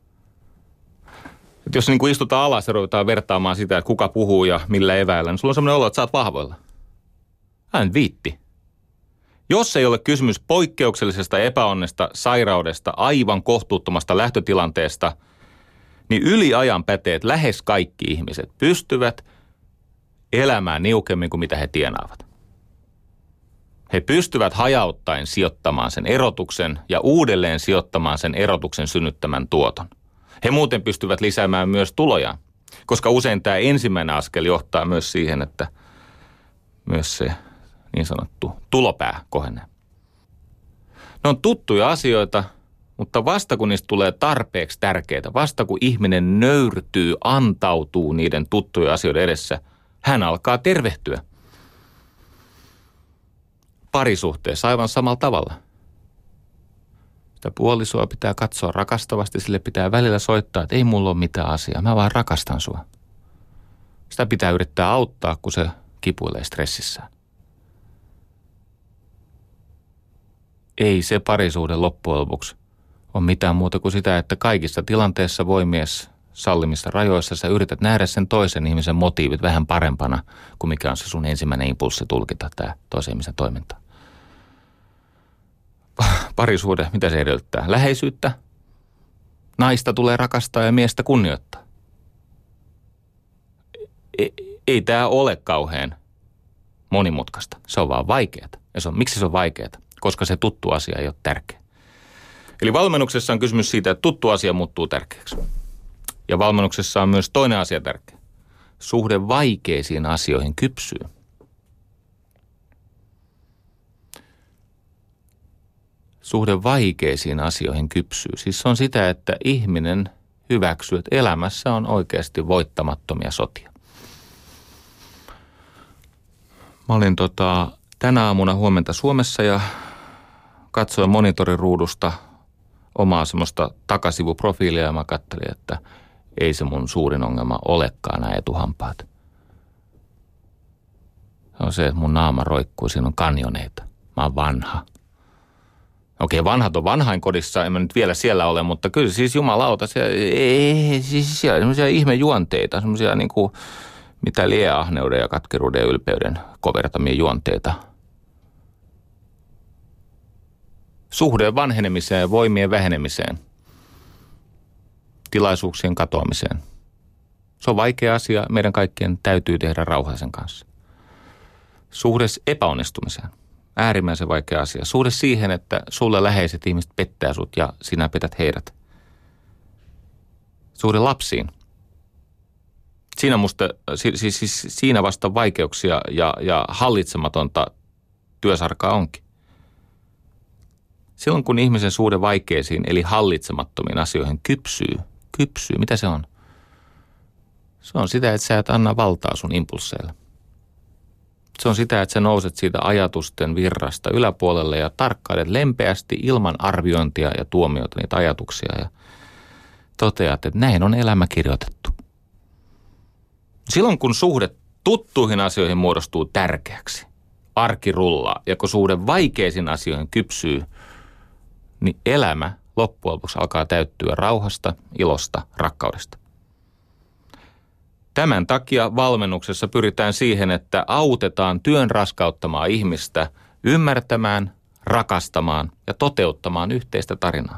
Että jos niin kuin istutaan alas ja ruvetaan vertaamaan sitä, että kuka puhuu ja millä eväillä, niin sulla on sellainen olo, että sä oot vahvoilla. Hän viitti. Jos ei ole kysymys poikkeuksellisesta epäonnesta, sairaudesta, aivan kohtuuttomasta lähtötilanteesta, niin yliajan päteet lähes kaikki ihmiset pystyvät elämään niukemmin kuin mitä he tienaavat. He pystyvät hajauttaen sijoittamaan sen erotuksen ja uudelleen sijoittamaan sen erotuksen synnyttämän tuoton. He muuten pystyvät lisäämään myös tuloja, koska usein tämä ensimmäinen askel johtaa myös siihen, että myös se niin sanottu tulopää kohenee. Ne on tuttuja asioita, mutta vasta kun niistä tulee tarpeeksi tärkeitä, vasta kun ihminen nöyrtyy, antautuu niiden tuttujen asioiden edessä, hän alkaa tervehtyä. Parisuhteessa aivan samalla tavalla. Sitä puolisoa pitää katsoa rakastavasti, sille pitää välillä soittaa, että ei mulla ole mitään asiaa, mä vaan rakastan sua. Sitä pitää yrittää auttaa, kun se kipuilee stressissään. Ei se parisuhde loppujen lopuksi ole mitään muuta kuin sitä, että kaikissa tilanteissa voi mies sallimissa rajoissa sä yrität nähdä sen toisen ihmisen motiivit vähän parempana kuin mikä on se sun ensimmäinen impulssi tulkita tämä toisen ihmisen toiminta. Parisuhde, mitä se edellyttää? Läheisyyttä. Naista tulee rakastaa ja miestä kunnioittaa. Ei, ei tämä ole kauhean monimutkaista. Se on vaan vaikeaa. Ja se on, miksi se on vaikeaa? Koska se tuttu asia ei ole tärkeä. Eli valmennuksessa on kysymys siitä, että tuttu asia muuttuu tärkeäksi. Ja valmennuksessa on myös toinen asia tärkeä. Suhde vaikeisiin asioihin kypsyy. Suhde vaikeisiin asioihin kypsyy. Siis se on sitä, että ihminen hyväksyy, että elämässä on oikeasti voittamattomia sotia. Mä olin tota, tänä aamuna huomenta Suomessa ja katsoin monitoriruudusta omaa semmoista takasivuprofiilia ja mä katselin, että ei se mun suurin ongelma olekaan nämä etuhampaat. Se on se, että mun naama roikkuu, siinä on kanjoneita. Mä oon vanha. Okei, vanhat on vanhainkodissa, en mä nyt vielä siellä ole, mutta kyllä siis jumalauta, siellä, ei, siis siellä on semmoisia ihmejuonteita, semmoisia niin kuin mitä lieahneuden ja katkeruuden ja ylpeyden kovertamia juonteita. Suhde vanhenemiseen ja voimien vähenemiseen, tilaisuuksien katoamiseen. Se on vaikea asia, meidän kaikkien täytyy tehdä rauhaa sen kanssa. Suhde epäonnistumiseen. Äärimmäisen vaikea asia. Suhde siihen, että sulle läheiset ihmiset pettää sut ja sinä petät heidät. Suhde lapsiin. Siinä, musta, siis, siis, siinä vasta vaikeuksia ja, ja hallitsematonta työsarkaa onkin. Silloin kun ihmisen suhde vaikeisiin eli hallitsemattomiin asioihin kypsyy, kypsyy, mitä se on? Se on sitä, että sä et anna valtaa sun impulseille. Se on sitä, että sä nouset siitä ajatusten virrasta yläpuolelle ja tarkkailet lempeästi ilman arviointia ja tuomiota niitä ajatuksia ja toteat, että näin on elämä kirjoitettu. Silloin kun suhde tuttuihin asioihin muodostuu tärkeäksi, arki rullaa ja kun suhde vaikeisiin asioihin kypsyy, niin elämä loppujen lopuksi alkaa täyttyä rauhasta, ilosta, rakkaudesta. Tämän takia valmennuksessa pyritään siihen, että autetaan työn raskauttamaa ihmistä ymmärtämään, rakastamaan ja toteuttamaan yhteistä tarinaa.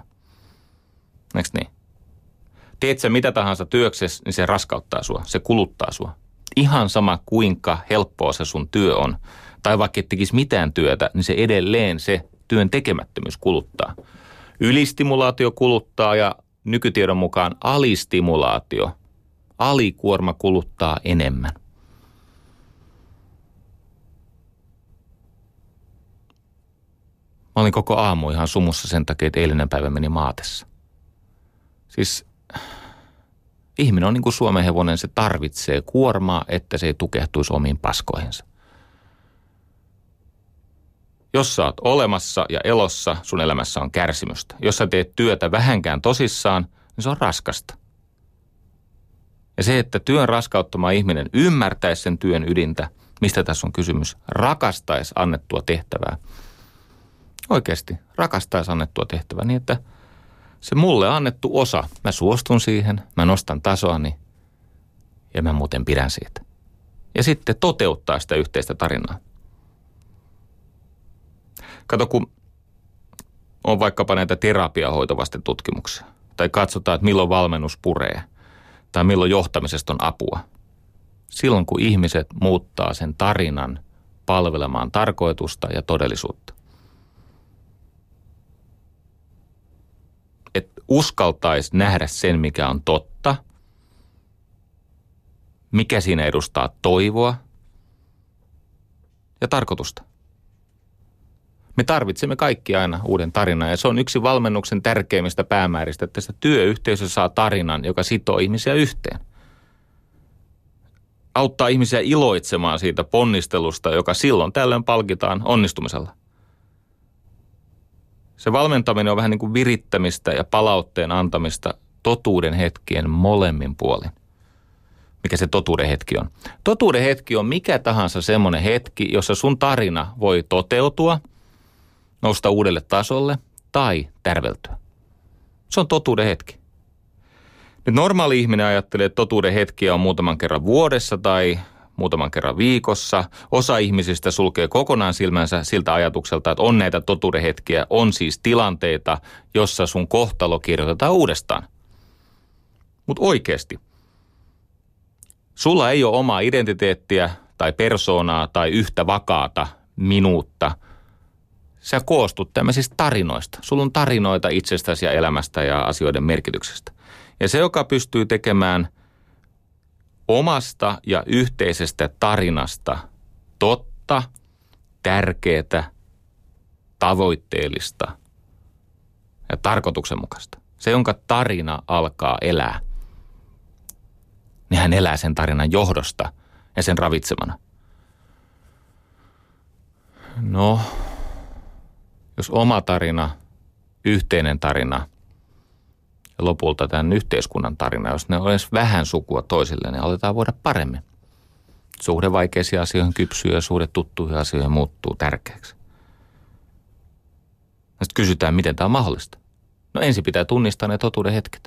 Eikö niin? Teet sä mitä tahansa työksessä, niin se raskauttaa sua, se kuluttaa sua. Ihan sama kuinka helppoa se sun työ on, tai vaikka et tekisi mitään työtä, niin se edelleen se työn tekemättömyys kuluttaa. Ylistimulaatio kuluttaa ja nykytiedon mukaan alistimulaatio, alikuorma kuluttaa enemmän. Mä olin koko aamu ihan sumussa sen takia, että eilinen päivä meni maatessa. Siis ihminen on niin kuin Suomen hevonen, se tarvitsee kuormaa, että se ei tukehtuisi omiin paskoihinsa. Jos sä oot olemassa ja elossa, sun elämässä on kärsimystä. Jos sä teet työtä vähänkään tosissaan, niin se on raskasta. Ja se, että työn raskauttama ihminen ymmärtäisi sen työn ydintä, mistä tässä on kysymys, rakastaisi annettua tehtävää. Oikeasti rakastaisi annettua tehtävää niin, että se mulle annettu osa, mä suostun siihen, mä nostan tasoani ja mä muuten pidän siitä. Ja sitten toteuttaa sitä yhteistä tarinaa. Kato, kun on vaikkapa näitä terapiahoitovasten tutkimuksia, tai katsotaan, että milloin valmennus puree, tai milloin johtamisesta on apua. Silloin, kun ihmiset muuttaa sen tarinan palvelemaan tarkoitusta ja todellisuutta. Että uskaltaisi nähdä sen, mikä on totta, mikä siinä edustaa toivoa ja tarkoitusta. Me tarvitsemme kaikki aina uuden tarinan ja se on yksi valmennuksen tärkeimmistä päämääristä, että tästä työyhteisö saa tarinan, joka sitoo ihmisiä yhteen. Auttaa ihmisiä iloitsemaan siitä ponnistelusta, joka silloin tällöin palkitaan onnistumisella. Se valmentaminen on vähän niin kuin virittämistä ja palautteen antamista totuuden hetkien molemmin puolin. Mikä se totuuden hetki on? Totuuden hetki on mikä tahansa semmoinen hetki, jossa sun tarina voi toteutua, nousta uudelle tasolle tai tärveltyä. Se on totuuden hetki. Nyt normaali ihminen ajattelee, että totuuden hetkiä on muutaman kerran vuodessa tai muutaman kerran viikossa. Osa ihmisistä sulkee kokonaan silmänsä siltä ajatukselta, että on näitä totuuden hetkiä, on siis tilanteita, jossa sun kohtalo kirjoitetaan uudestaan. Mutta oikeasti, sulla ei ole omaa identiteettiä tai persoonaa tai yhtä vakaata minuutta. Sä koostut tämmöisistä tarinoista. Sulla on tarinoita itsestäsi ja elämästä ja asioiden merkityksestä. Ja se, joka pystyy tekemään omasta ja yhteisestä tarinasta totta, tärkeää, tavoitteellista ja tarkoituksenmukaista. Se, jonka tarina alkaa elää, niin hän elää sen tarinan johdosta ja sen ravitsemana. No, jos oma tarina, yhteinen tarina ja lopulta tämän yhteiskunnan tarina, jos ne olisi vähän sukua toisilleen, niin aletaan voida paremmin. Suhde vaikeisiin asioihin kypsyy ja suhde tuttuihin asioihin muuttuu tärkeäksi. Sitten kysytään, miten tämä on mahdollista. No ensin pitää tunnistaa ne totuuden hetket.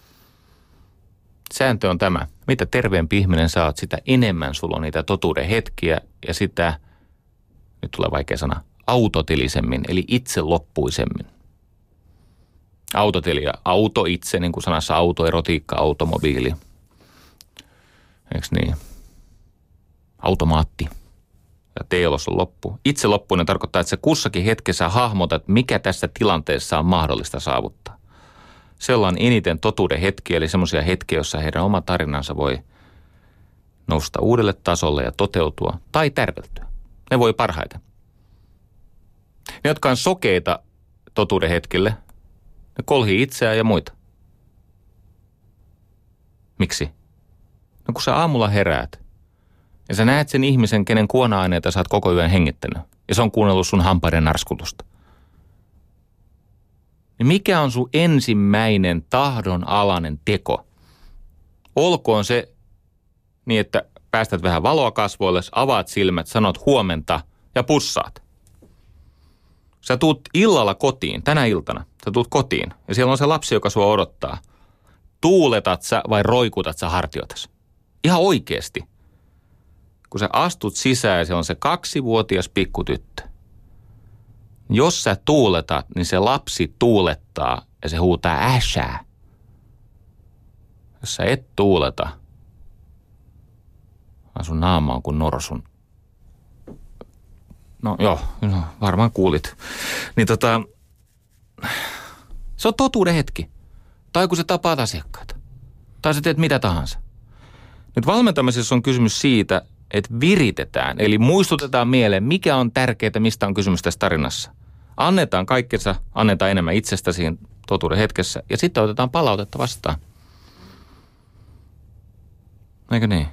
Sääntö on tämä. Mitä terveempi ihminen sä oot, sitä enemmän sulla on niitä totuuden hetkiä ja sitä, nyt tulee vaikea sana, autotelisemmin, eli itse loppuisemmin. Autoteli ja auto itse, niin kuin sanassa auto, erotiikka, automobiili. Eikö niin? Automaatti. Ja teelos on loppu. Itse loppuinen tarkoittaa, että sä kussakin hetkessä hahmotat, mikä tässä tilanteessa on mahdollista saavuttaa. Siellä on eniten totuuden hetkiä, eli semmoisia hetkiä, joissa heidän oma tarinansa voi nousta uudelle tasolle ja toteutua tai tärveltyä. Ne voi parhaiten. Ne, jotka on sokeita totuuden hetkille, ne kolhii itseään ja muita. Miksi? No kun sä aamulla heräät ja sä näet sen ihmisen, kenen kuona-aineita sä oot koko yön hengittänyt ja se on kuunnellut sun hampaiden narskutusta. Niin mikä on sun ensimmäinen tahdonalainen teko? Olkoon se niin, että päästät vähän valoa kasvoille, avaat silmät, sanot huomenta ja pussaat. Sä tuut illalla kotiin, tänä iltana, sä tuut kotiin ja siellä on se lapsi, joka sua odottaa. Tuuletat sä vai roikutat sä hartioitas? Ihan oikeesti. Kun sä astut sisään ja se on se kaksivuotias pikkutyttö. Jos sä tuuletat, niin se lapsi tuulettaa ja se huutaa äsää. Jos sä et tuuleta, Sun naama on kuin norsun. No joo, no, varmaan kuulit. Niin tota, se on totuuden hetki. Tai kun sä tapaat asiakkaita. Tai sä teet mitä tahansa. Nyt valmentamisessa on kysymys siitä, että viritetään, eli muistutetaan mieleen, mikä on tärkeää, mistä on kysymys tässä tarinassa. Annetaan kaikkensa, annetaan enemmän itsestä siinä totuuden hetkessä, ja sitten otetaan palautetta vastaan. Eikö niin?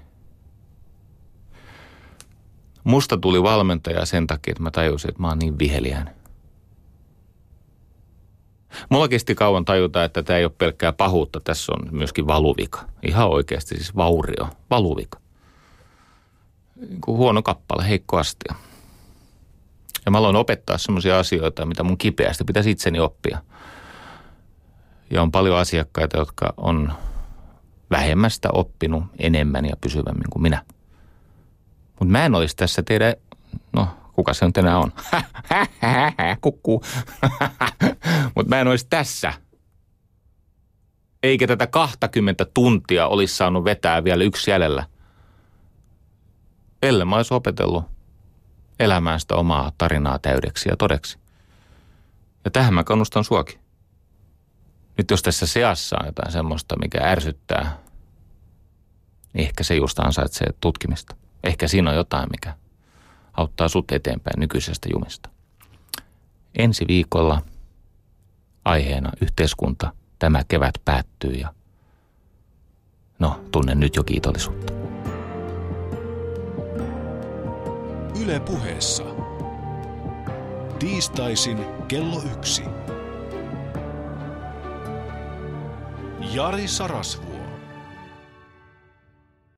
Musta tuli valmentaja sen takia, että mä tajusin, että mä oon niin viheliäinen. Mulla kesti kauan tajuta, että tämä ei ole pelkkää pahuutta, tässä on myöskin valuvika. Ihan oikeasti siis vaurio, valuvika. Niin kuin huono kappale, heikko astia. Ja mä aloin opettaa semmoisia asioita, mitä mun kipeästi pitäisi itseni oppia. Ja on paljon asiakkaita, jotka on vähemmästä oppinut enemmän ja pysyvämmin kuin minä. Mutta mä en olisi tässä teidän, no kuka se on tänään on? Kukkuu. Mutta mä en olisi tässä. Eikä tätä kaksikymmentä tuntia olisi saanut vetää vielä yksi jäljellä. Ellei mä olisi opetellut elämään sitä omaa tarinaa täydeksi ja todeksi. Ja tähän mä kannustan suakin. Nyt jos tässä seassa on jotain semmoista, mikä ärsyttää, niin ehkä se just ansaitsee tutkimista. Ehkä siinä on jotain, mikä auttaa sut eteenpäin nykyisestä jumista. Ensi viikolla aiheena yhteiskunta, tämä kevät päättyy ja no, tunnen nyt jo kiitollisuutta. Yle Puheessa. Tiistaisin kello yksi. Jari Sarasvuo.